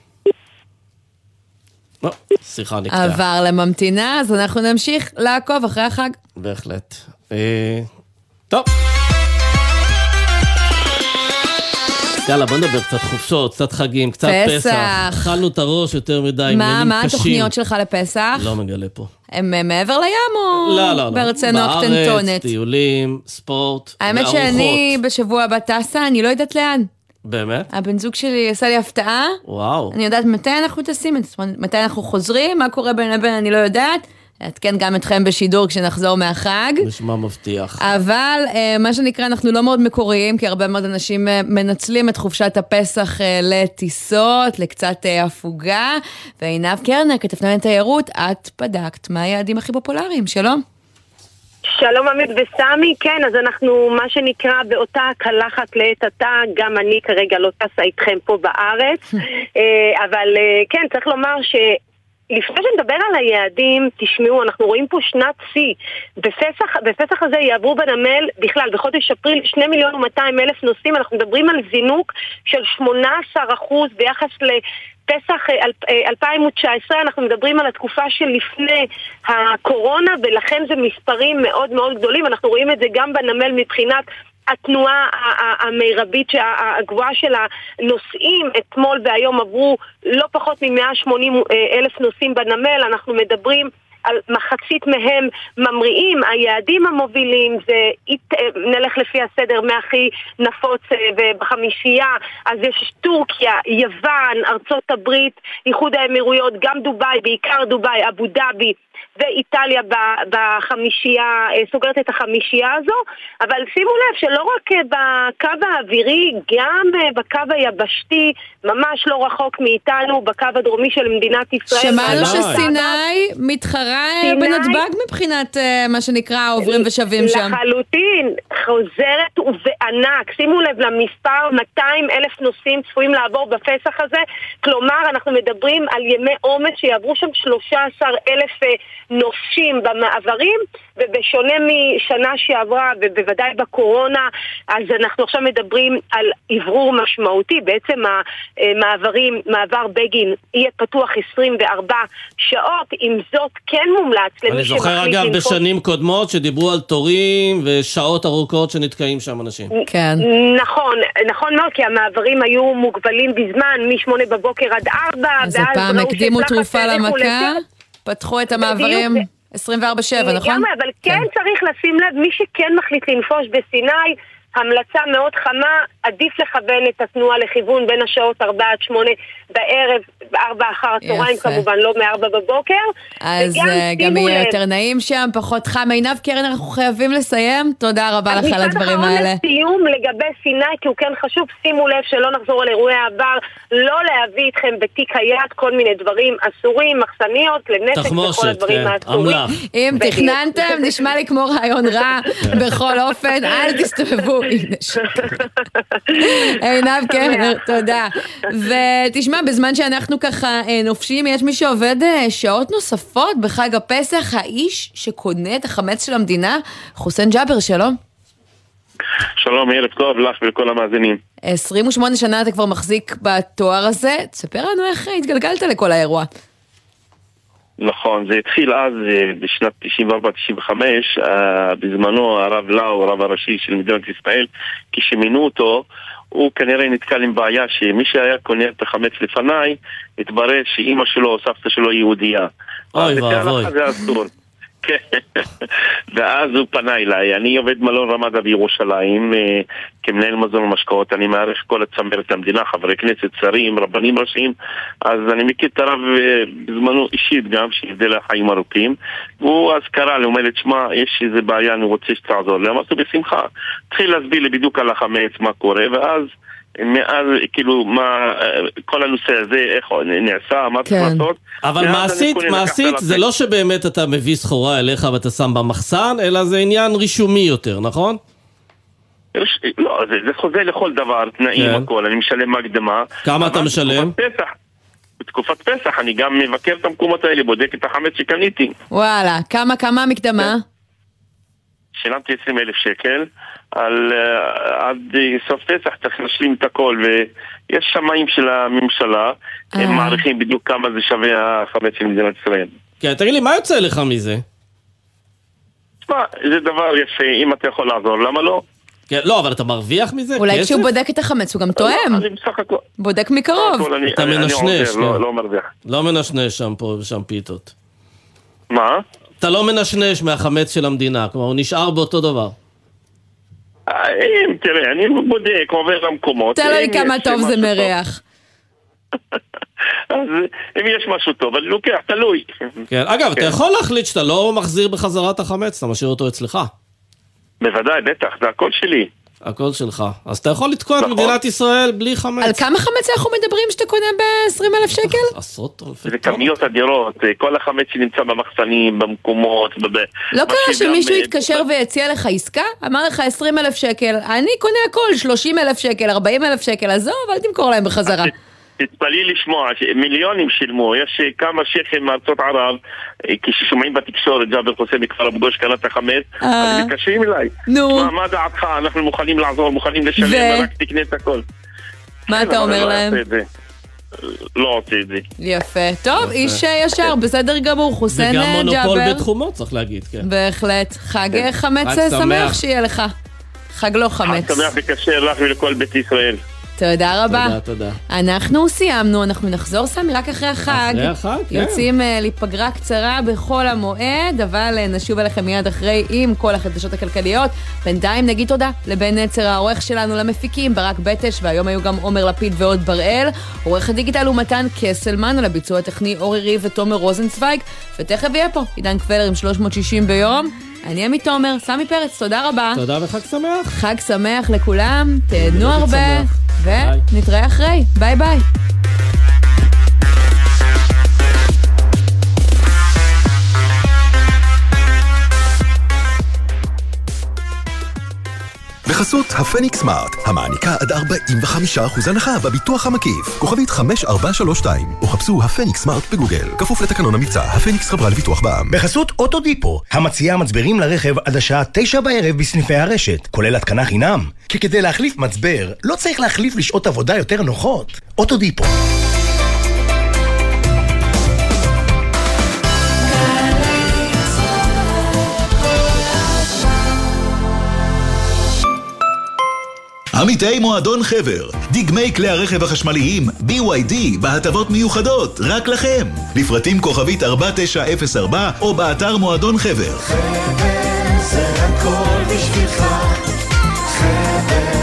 לא, שיחה נקטעה. עבר לממתינה, אז אנחנו נמשיך לעקוב אחרי החג. בהחלט. טוב. יאללה, בוא נדבר קצת חופשות, קצת חגים, קצת פסח. פסח. אכלנו את הראש יותר מדי, עניינים קשים. מה התוכניות שלך לפסח? לא מגלה פה. הם מעבר לים או לא, לא, לא. ברצנו הקטנטונת? בארץ, טיולים, ספורט, האמת שאני בשבוע הבא טסה, אני לא יודעת לאן. באמת? הבן זוג שלי עשה לי הפתעה. וואו. אני יודעת מתי אנחנו טסים, מתי אנחנו חוזרים, מה קורה בין לבין, אני לא יודעת. אתכן גם אתכם בשידור כשנחזור מהחג. נשמע מבטיח. אבל מה שנקרא, אנחנו לא מאוד מקוריים, כי הרבה מאוד אנשים מנצלים את חופשת הפסח לטיסות, לקצת הפוגה. ועינב קרנר, כתבתנת תיירות, את בדקת מה היעדים הכי פופולריים. שלום. שלום עמית וסמי, כן, אז אנחנו מה שנקרא באותה קלחת לעת עתה, גם אני כרגע לא טסה איתכם פה בארץ, אבל כן, צריך לומר ש... לפני שנדבר על היעדים, תשמעו, אנחנו רואים פה שנת שיא. בפסח, בפסח הזה יעברו בנמל, בכלל, בחודש אפריל, שני מיליון ומאתיים אלף נוסעים. אנחנו מדברים על זינוק של שמונה עשר אחוז ביחס לפסח אלפיים תשע עשרה. אנחנו מדברים על התקופה שלפני הקורונה, ולכן זה מספרים מאוד מאוד גדולים. אנחנו רואים את זה גם בנמל מבחינת התנועה המרבית הגבוהה של הנוסעים. אתמול והיום עברו לא פחות מ-מאה ושמונים אלף נוסעים בנמל. אנחנו מדברים על מחצית מהם ממריאים. היעדים המובילים זה, נלך לפי הסדר מהכי נפוץ ובחמישייה, אז יש טורקיה, יוון, ארצות הברית, איחוד האמירויות, גם דוביי, בעיקר דוביי, אבו דאבי, ואיטליה בחמישייה, סוגרת את החמישייה הזו, אבל שימו לב שלא רק בקו האווירי, גם בקו היבשתי, ממש לא רחוק מאיתנו, בקו הדרומי של מדינת ישראל. שמענו שסיני מתחרה בנתב"ג מבחינת מה שנקרא עוברים ושווים שם. לחלוטין, חוזרת ובענק. שימו לב למספר, מאתיים אלף נוסעים צפויים לעבור בפסח הזה, כלומר אנחנו מדברים על ימי עומס שיעברו שם שלושה עשר אלף נוסעים במעברים, ובשונה משנה שעברה ובוודאי בקורונה, אז אנחנו עכשיו מדברים על עברור משמעותי. בעצם המעברים, מעבר בגין יהיה פתוח עשרים וארבע שעות, עם זאת כן מומלץ למי שמחליט. אני זוכר אגב בשנים קודמות שדיברו על תורים ושעות ארוכות שנתקעים שם אנשים. כן. נכון, נכון מאוד, כי המעברים היו מוגבלים בזמן משמונה בבוקר עד ארבע, אז הפעם הקדימו תרופה למכה, פתחו את המעברים עשרים וארבע שבע, נכון? אבל כן צריך לשים לב, מי שכן מחליט לנפוש בסיני, המלצה מאוד חמה, עדיף לכוון את התנועה לכיוון בין השעות ארבע עד שמונה בערב, ארבע אחר הצהריים כמובן, לא מארבע בבוקר. אז גם יהיה יותר נעים שם, פחות חם. עינב קרן, אנחנו חייבים לסיים. תודה רבה לך על הדברים האלה. משפט אחרון לסיום לגבי סיני, כי הוא כן חשוב, שימו לב שלא נחזור על אירועי העבר, לא להביא איתכם בתיק היד כל מיני דברים אסורים, מחסניות, לנשק וכל הדברים האסורים. אם תכננתם, נשמע לי כמו רעיון רע, בכל אופן, אל תסתובבו. עינב קרנר, תודה. ותשמע, בזמן שאנחנו ככה נופשים, יש מי שעובד שעות נוספות בחג הפסח, האיש שקונה את החמץ של המדינה, חוסן ג'אבר, שלום. שלום, ערב טוב לך ולכל המאזינים. עשרים ושמונה שנה אתה כבר מחזיק בתואר הזה, תספר לנו איך התגלגלת לכל האירוע. נכון, זה התחיל אז בשנת תשעים וארבע תשעים וחמש, בזמנו הרב לאו, הרב הראשי של מדינת ישראל, כשמינו אותו, הוא כנראה נתקל עם בעיה שמי שהיה קונה את החמץ לפניי, התברר שאימא שלו או סבתא שלו יהודייה. אוי ואבוי. זה אסור. ואז הוא פנה אליי, אני עובד מלון רמדה בירושלים כמנהל מזון ומשקאות, אני מערך כל הצמרת המדינה, חברי כנסת, שרים, רבנים ראשיים, אז אני מכיר את הרב בזמנו אישית גם, שיבדל החיים ארוכים, והוא אז קרא לי, אומר לי, תשמע, יש איזה בעיה, אני רוצה שתעזור לי, אמרתי בשמחה, התחיל להסביר לי בדיוק על החמץ, מה קורה, ואז מאז, כאילו, מה, כל הנושא הזה, איך נעשה, מה צריך לעשות. אבל מעשית, מעשית, זה לא שבאמת אתה מביא סחורה אליך ואתה שם במחסן, אלא זה עניין רישומי יותר, נכון? לא, זה חוזה לכל דבר, תנאים, הכל, אני משלם מקדמה. כמה אתה משלם? בתקופת פסח, אני גם מבקר את המקומות האלה, בודק את החמץ שקניתי. וואלה, כמה, כמה מקדמה? שילמתי עשרים אלף שקל, על עד סוף פסח צריך להשלים את הכל, ויש שמאים של הממשלה, הם מעריכים בדיוק כמה זה שווה החמץ של מדינת ישראל. כן, תגיד לי, מה יוצא לך מזה? תשמע, זה דבר יפה, אם אתה יכול לעזור, למה לא? כן, לא, אבל אתה מרוויח מזה? אולי כשהוא בודק את החמץ, הוא גם טועם. אני בסך הכל. בודק מקרוב. אתה מנשנש, לא מרוויח. לא מנשנש שם פה ושם פיתות. מה? אתה לא מנשנש מהחמץ של המדינה, כלומר הוא נשאר באותו דבר. תראה, אני בודק, עובר למקומות. תלוי כמה טוב זה מריח. אז אם יש משהו טוב, אני לוקח, תלוי. כן, אגב, אתה יכול להחליט שאתה לא מחזיר בחזרה את החמץ, אתה משאיר אותו אצלך. בוודאי, בטח, זה הכל שלי. הכל שלך. אז אתה יכול לתקוע את מדינת ישראל בלי חמץ. על כמה חמץ אנחנו מדברים שאתה קונה ב-עשרים אלף שקל? עשרות אלפי. זה כמיות אדירות, כל החמץ שנמצא במחסנים, במקומות. לא קרה שמישהו יתקשר ויציע לך עסקה? אמר לך עשרים אלף שקל, אני קונה הכל, שלושים אלף שקל, ארבעים אלף שקל, עזוב, אל תמכור להם בחזרה. תתפלאי לשמוע, מיליונים שילמו, יש כמה שייכים מארצות ערב, כששומעים בתקשורת, ג'אבר חוסן מכפר אבו גוש קנה את החמץ, אז מתקשרים אליי. נו. מה דעתך? אנחנו מוכנים לעזור, מוכנים לשלם, רק תקנה את הכל. מה אתה אומר להם? לא רוצה את זה. יפה. טוב, איש ישר, בסדר גמור, חוסן ג'אבר. וגם מונופול בתחומו, צריך להגיד, כן. בהחלט. חג חמץ שמח שיהיה לך. חג לא חמץ. חג שמח וקשר לך ולכל בית ישראל. תודה רבה. תודה, תודה. אנחנו סיימנו, אנחנו נחזור סמי רק אחרי החג. אחרי החג, כן. יוצאים uh, לפגרה קצרה בכל המועד, אבל uh, נשוב אליכם מיד אחרי עם כל החדשות הכלכליות. בינתיים נגיד תודה לבן נצר העורך שלנו, למפיקים ברק בטש, והיום היו גם עומר לפיד ועוד בראל. עורך הדיגיטל הוא מתן קסלמן, על הביצוע הטכני אורי ריב ותומר רוזנצוויג, ותכף יהיה פה עידן קבלר עם שלוש מאות שישים ביום. אני עמית תומר, סמי פרץ, תודה רבה. תודה וחג שמח. חג שמח לכולם, תהנו הרבה, ונתראה אחרי. ביי ביי. בחסות הפניקס סמארט, המעניקה עד ארבעים וחמישה אחוז הנחה בביטוח המקיף. כוכבית חמש ארבע שלוש שתיים, או חפשו הפניקס סמארט בגוגל. כפוף לתקנון המבצע, הפניקס חברה לביטוח בע"מ. בחסות אוטודיפו, המציעה מצברים לרכב עד השעה תשע בערב בסניפי הרשת, כולל התקנה חינם. כי כדי להחליף מצבר, לא צריך להחליף לשעות עבודה יותר נוחות. אוטודיפו. עמיתי מועדון חבר, דגמי כלי הרכב החשמליים בי וואי די בהטבות מיוחדות רק לכם. לפרטים כוכבית ארבע תשע אפס ארבע או באתר מועדון חבר. חבר זה הכל בשבילך, חבר.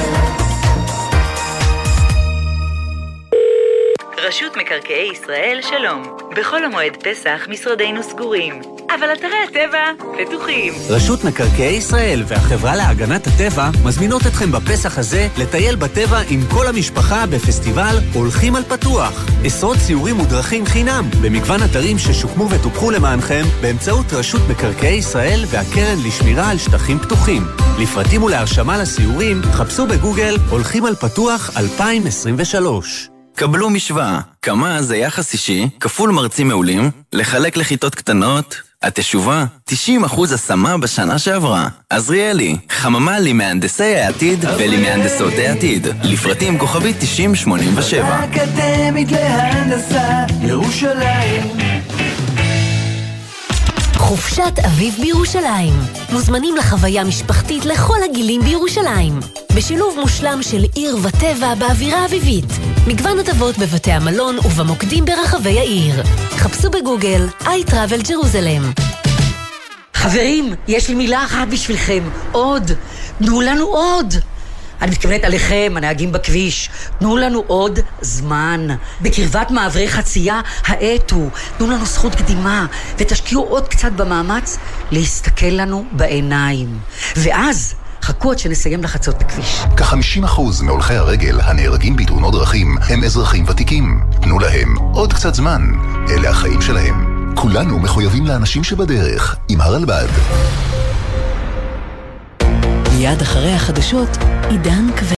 רשות מקרקעי ישראל, שלום. בחול המועד פסח משרדינו סגורים, אבל אתרי הטבע פתוחים. רשות מקרקעי ישראל והחברה להגנת הטבע מזמינות אתכם בפסח הזה לטייל בטבע עם כל המשפחה בפסטיבל הולכים על פתוח. עשרות ציורים מודרכים חינם במגוון אתרים ששוקמו וטופחו למענכם באמצעות רשות מקרקעי ישראל והקרן לשמירה על שטחים פתוחים. לפרטים ולהרשמה לסיורים חפשו בגוגל הולכים על פתוח אלפיים עשרים ושלוש. קבלו משוואה, כמה זה יחס אישי, כפול מרצים מעולים, לחלק לכיתות קטנות, התשובה, תשעים אחוז השמה בשנה שעברה. עזריאלי, חממה למהנדסי העתיד ולמהנדסות העתיד. לפרטים כוכבית תשעים שמונים ושבע. אקדמית להנדסה, ירושלים. חופשת אביב בירושלים. מוזמנים לחוויה משפחתית לכל הגילים בירושלים. בשילוב מושלם של עיר וטבע באווירה אביבית. מגוון הטבות בבתי המלון ובמוקדים ברחבי העיר. חפשו בגוגל iTravel Jerusalem. חברים, יש לי מילה אחת בשבילכם. עוד. תנו לנו עוד. אני מתכוונת עליכם, הנהגים בכביש. תנו לנו עוד זמן. בקרבת מעברי חצייה, האטו. תנו לנו זכות קדימה, ותשקיעו עוד קצת במאמץ להסתכל לנו בעיניים. ואז חכו עד שנסיים לחצות בכביש. כ-חמישים אחוז מהולכי הרגל הנהרגים בתאונות דרכים הם אזרחים ותיקים. תנו להם עוד קצת זמן. אלה החיים שלהם. כולנו מחויבים לאנשים שבדרך, עם הרלב"ד. מיד אחרי החדשות, עידן קבלר.